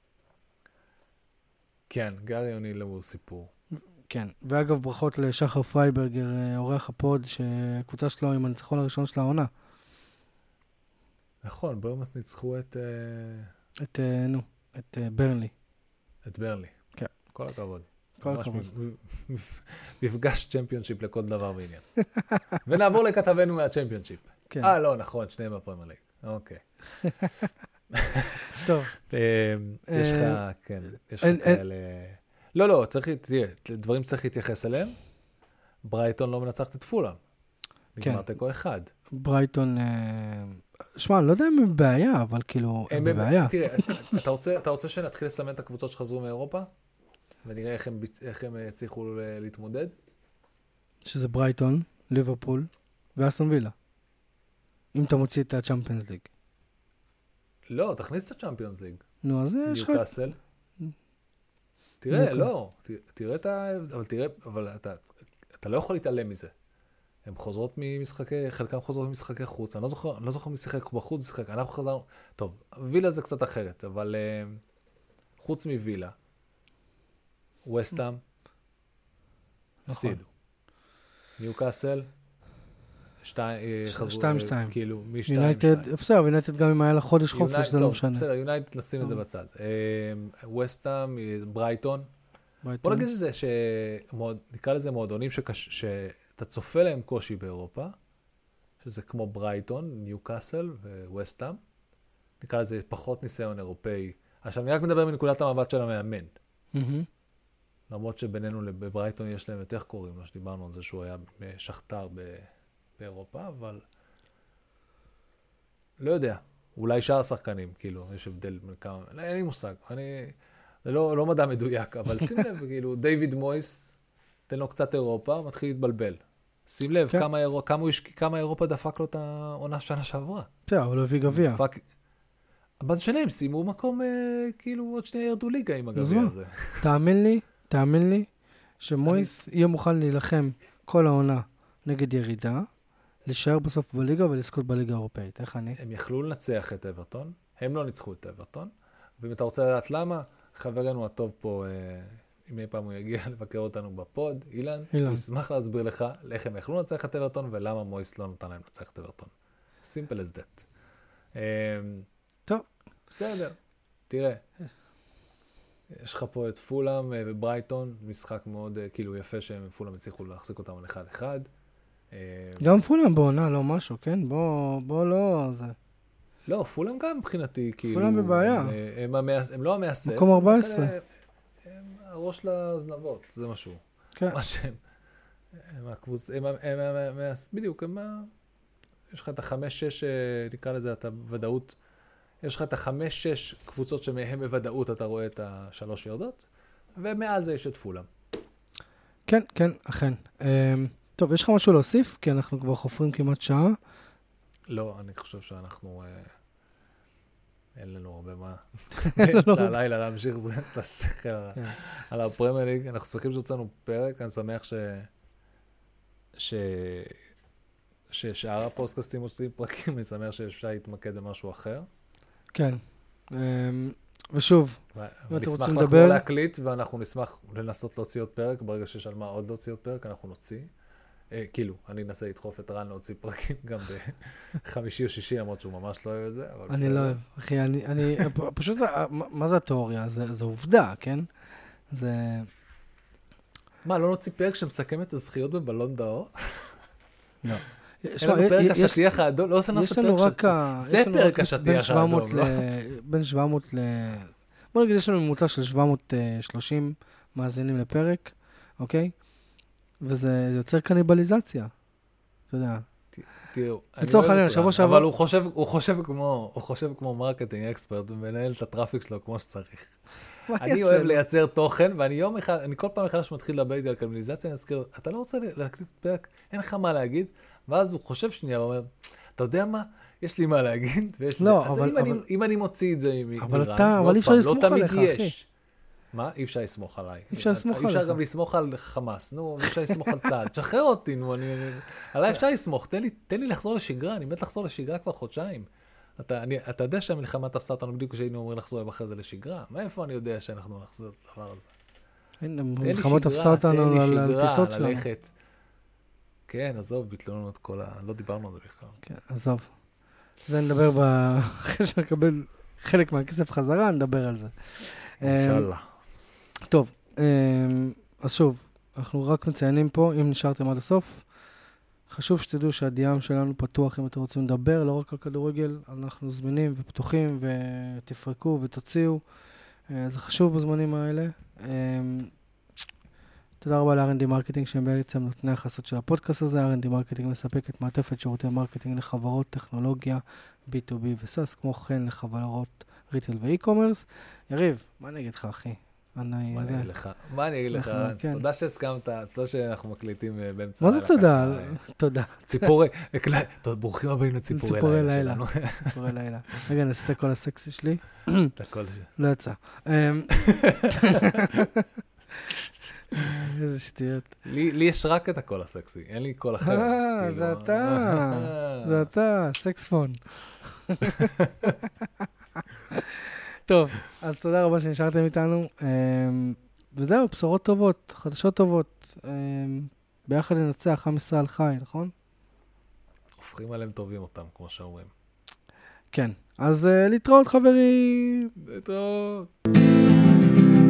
כן, גארי אוניל הוא סיפור. כן, ואגב ברכות לשחר פרייברגר, אורח הפוד, שקבוצה שלו עם הניצחון הראשון של העונה. נכון, בורנמוט ניצחו את... את, נו, את ברנלי. את ברנלי. כן. כל הכבוד. כל הכבוד. מפגש צ'מפיונשיפ לכל דבר ועניין. ונעבור לכתבנו מהצ'מפיונשיפ. כן. אה, לא, נכון, שניהם בפרמייר ליג. אוקיי. טוב. יש לך, כן, יש לך כאלה... לא, לא, צריך, תראה, דברים צריך להתייחס אליהם. ברייטון לא מנצחת את פולאם. נגמר תיקו אחד. ברייטון... שמע, אני לא יודע אם הם בבעיה, אבל כאילו, הם בבעיה. תראה, אתה רוצה שנתחיל לסמן את הקבוצות שחזרו מאירופה? ונראה איך הם הצליחו להתמודד? שזה ברייטון, ליברפול ואסטון וילה. אם אתה מוציא את הצ'אמפיונס ליג. לא, תכניס את הצ'אמפיונס ליג. נו, אז יש לך... ניוקאסל. תראה, לא. תראה את ה... אבל תראה, אבל אתה לא יכול להתעלם מזה. הם חוזרות ממשחקי, חלקם חוזרות ממשחקי חוץ. אני לא זוכר, אני לא זוכר משחק בחוץ, משחק. אנחנו חזרנו... טוב, וילה זה קצת אחרת, אבל חוץ מווילה, ווסטהאם, הפסידו. ניוקאסל, שתיים שתיים. כאילו, מ-שתיים שתיים. יונייטד, בסדר, יונייטד גם אם היה לה חודש חופש, זה לא משנה. בסדר, יונייטד נשים את זה בצד. ווסטהאם, ברייטון. בוא נגיד שזה, נקרא לזה מועדונים שאתה צופה להם קושי באירופה, שזה כמו ברייטון, ניוקאסל וווסטהאם. נקרא לזה פחות ניסיון אירופאי. עכשיו, אני רק מדבר מנקודת המבט של המאמן. למרות שבינינו בברייטון יש להם את איך קוראים, לא שדיברנו על זה שהוא היה שכתר באירופה, אבל לא יודע. אולי שאר השחקנים, כאילו, יש הבדל כמה, אין לי מושג, אני, זה לא, לא מדע מדויק, אבל שים לב, כאילו, דיוויד מויס, תן לו קצת אירופה, מתחיל להתבלבל. שים לב, כן. כמה, אירו, כמה, כמה אירופה דפק לו את העונה שנה שעברה. בסדר, אבל הוא הביא גביע. דפק... אבל זה שנה, הם סיימו מקום, אה, כאילו, עוד שנייה ירדו ליגה עם הגביע הזה. תאמין לי, תאמין לי, שמויס אני... יהיה מוכן להילחם כל העונה נגד ירידה, להישאר בסוף בליגה ולזכות בליגה האירופאית. איך אני? הם יכלו לנצח את אברטון, הם לא ניצחו את אברטון, ואם אתה רוצה לדעת למה, חברנו הטוב פה, אה, אם אי פעם הוא יגיע לבקר אותנו בפוד, אילן, אילן. הוא ישמח להסביר לך איך הם יכלו לנצח את אברטון, ולמה מויס לא נתן להם לנצח את אברטון. Simple as that. אה, טוב. בסדר, תראה. יש לך פה את פולאם וברייטון, משחק מאוד כאילו יפה שהם פולאם הצליחו להחזיק אותם על אחד אחד. גם פולאם בעונה, לא משהו, כן? בוא, בוא לא... זה... לא, פולאם גם מבחינתי, כאילו... פולאם בבעיה. הם, הם, המאס, הם לא המאסף. מקום ארבע עשרה. הם, הם הראש לזנבות, זה משהו. כן. מה שהם... הם הקבוצ... הם, הם, הם, הם, הם, בדיוק, הם... יש לך את החמש, שש, נקרא לזה, את הוודאות... יש לך את החמש, שש קבוצות שמהם בוודאות אתה רואה את השלוש יורדות, ומעל זה יש את פולאם. כן, כן, אכן. טוב, יש לך משהו להוסיף? כי אנחנו כבר חופרים כמעט שעה. לא, אני חושב שאנחנו... אין לנו הרבה מה. באמצע הלילה להמשיך זה, לשכל על הפרמייר ליג. אנחנו שמחים שהוצאנו פרק, אני שמח ש... ש... ששאר הפודקאסטים מוצאים פרקים, אני שמח שאפשר להתמקד במשהו אחר. כן, ושוב, אני אשמח לחזור להקליט, ואנחנו נשמח לנסות להוציא עוד פרק, ברגע שיש על מה עוד להוציא עוד פרק, אנחנו נוציא. כאילו, אני אנסה לדחוף את רן להוציא פרקים גם בחמישי או שישי, למרות שהוא ממש לא אוהב את זה, אבל בסדר. אני לא אוהב, אחי, אני, פשוט, מה זה התיאוריה? זה עובדה, כן? זה... מה, לא נוציא פרק שמסכם את הזכיות בבלון דאו? לא. אין לנו פרק השטיח האדום, לא עושה נעשה פרק השטיח. זה פרק השטיח האדום, לא? בין שבע מאות ל... בוא נגיד, יש לנו ממוצע של שבע מאות ושלושים מאזינים לפרק, אוקיי? וזה יוצר קניבליזציה. אתה יודע. תראו, לצורך העניין, שבוע שעבר... אבל הוא חושב כמו, הוא חושב כמו מרקטינג אקספרט, ומנהל את הטראפיק שלו כמו שצריך. אני אוהב לייצר תוכן, ואני יום אחד, אני כל פעם אחד שמתחיל לדבר איתי על קניבליזציה, אני אזכיר, אתה לא רוצה להקליט פרק, אין לך מה להגיד, ואז הוא חושב שנייה, הוא אומר, אתה יודע מה? יש לי מה להגיד, ויש לי... לא, אז אבל... אם, אבל... אני, אם אני מוציא את זה מרן, אבל אתה, אבל אי אפשר לסמוך עליך, אחי. מה? אי אפשר לסמוך עליי. אי אפשר לסמוך עליך. אי אפשר גם לסמוך על חמאס, נו, אי אפשר לסמוך על צה"ל. תשחרר אותי, נו, אני... עליי אפשר לסמוך, תן לי, תן לי לחזור לשגרה, אני מת לחזור לשגרה כבר חודשיים. אתה, אני, אתה יודע שהמלחמה תפסה אותנו בדיוק כשהיינו אומרים לחזור אחרי זה לשגרה? מאיפה אני יודע שאנחנו נחזור את הדבר הזה? המלחמה תפסה אותנו על טיסות שלנו. ללכת. כן, עזוב, ביטלו לנו את כל ה... לא דיברנו על זה בכלל. כן, עזוב. זה נדבר ב... אחרי שנקבל חלק מהכסף חזרה, נדבר על זה. אינשאללה. טוב, אז שוב, אנחנו רק מציינים פה, אם נשארתם עד הסוף, חשוב שתדעו שהדי אם שלנו פתוח אם אתם רוצים לדבר, לא רק על כדורגל, אנחנו זמינים ופתוחים ותפרקו ותוציאו, זה חשוב בזמנים האלה. תודה רבה ל-אר אנד די מרקטינג שהם בעצם נותני החסות של הפודקאסט הזה. אר אנד די מרקטינג מספקת מעטפת שירותי מרקטינג לחברות טכנולוגיה, בי טו בי וסאס, כמו כן לחברות ריטל ואי-קומרס. יריב, מה אני אגיד לך, אחי? מה אני אגיד לך? מה אני אגיד לך? תודה שהסכמת, תודה שאנחנו מקליטים באמצע. מה זה תודה? תודה. ציפורי, ברוכים הבאים לציפורי לילה. ציפורי לילה. רגע, נעשה את הקול הסקסי שלי. את הקול שלי. לא יצא. איזה שטויות. לי יש רק את הקול הסקסי, אין לי קול אחר. אה, זה אתה. זה אתה, סקספון. טוב, אז תודה רבה שנשארתם איתנו. וזהו, בשורות טובות, חדשות טובות. ביחד לנצח, עם ישראל חי, נכון? הופכים עליהם טובים אותם, כמו שאומרים. כן, אז להתראות חברים. להתראות.